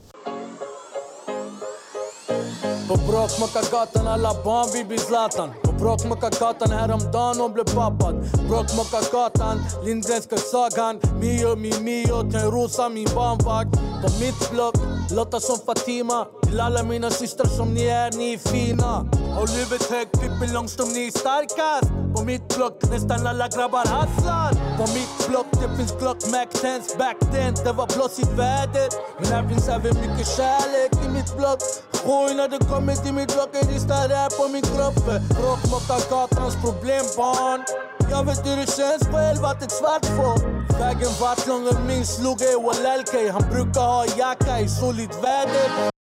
På Bråkmakargatan alla barn vill bli Zlatan. På Bråkmakargatan häromdagen och blev pappad. Bråkmakargatan, Lindgrenska sagan. Mio, Tenrosa min barnvakt. På mitt block, låta som Fatima. Till alla mina systrar som ni är fina. Håll huvudet högt, Pippi Långstrump, ni är starkast. På mitt block, nästan alla grabbar hasslar. På mitt block, det finns Glock, Mac-10s. Back then, det var blåsigt väder. Men här finns även mycket kärlek i mitt block. Och när det kommer till mitt block är det starra på min kropp. Bråkmakargatans problembarn. Jag vet hur det känns själv att ett svart får. Vägen vart lång och min slog är Walalkej. Han brukar ha jacka i soligt väder.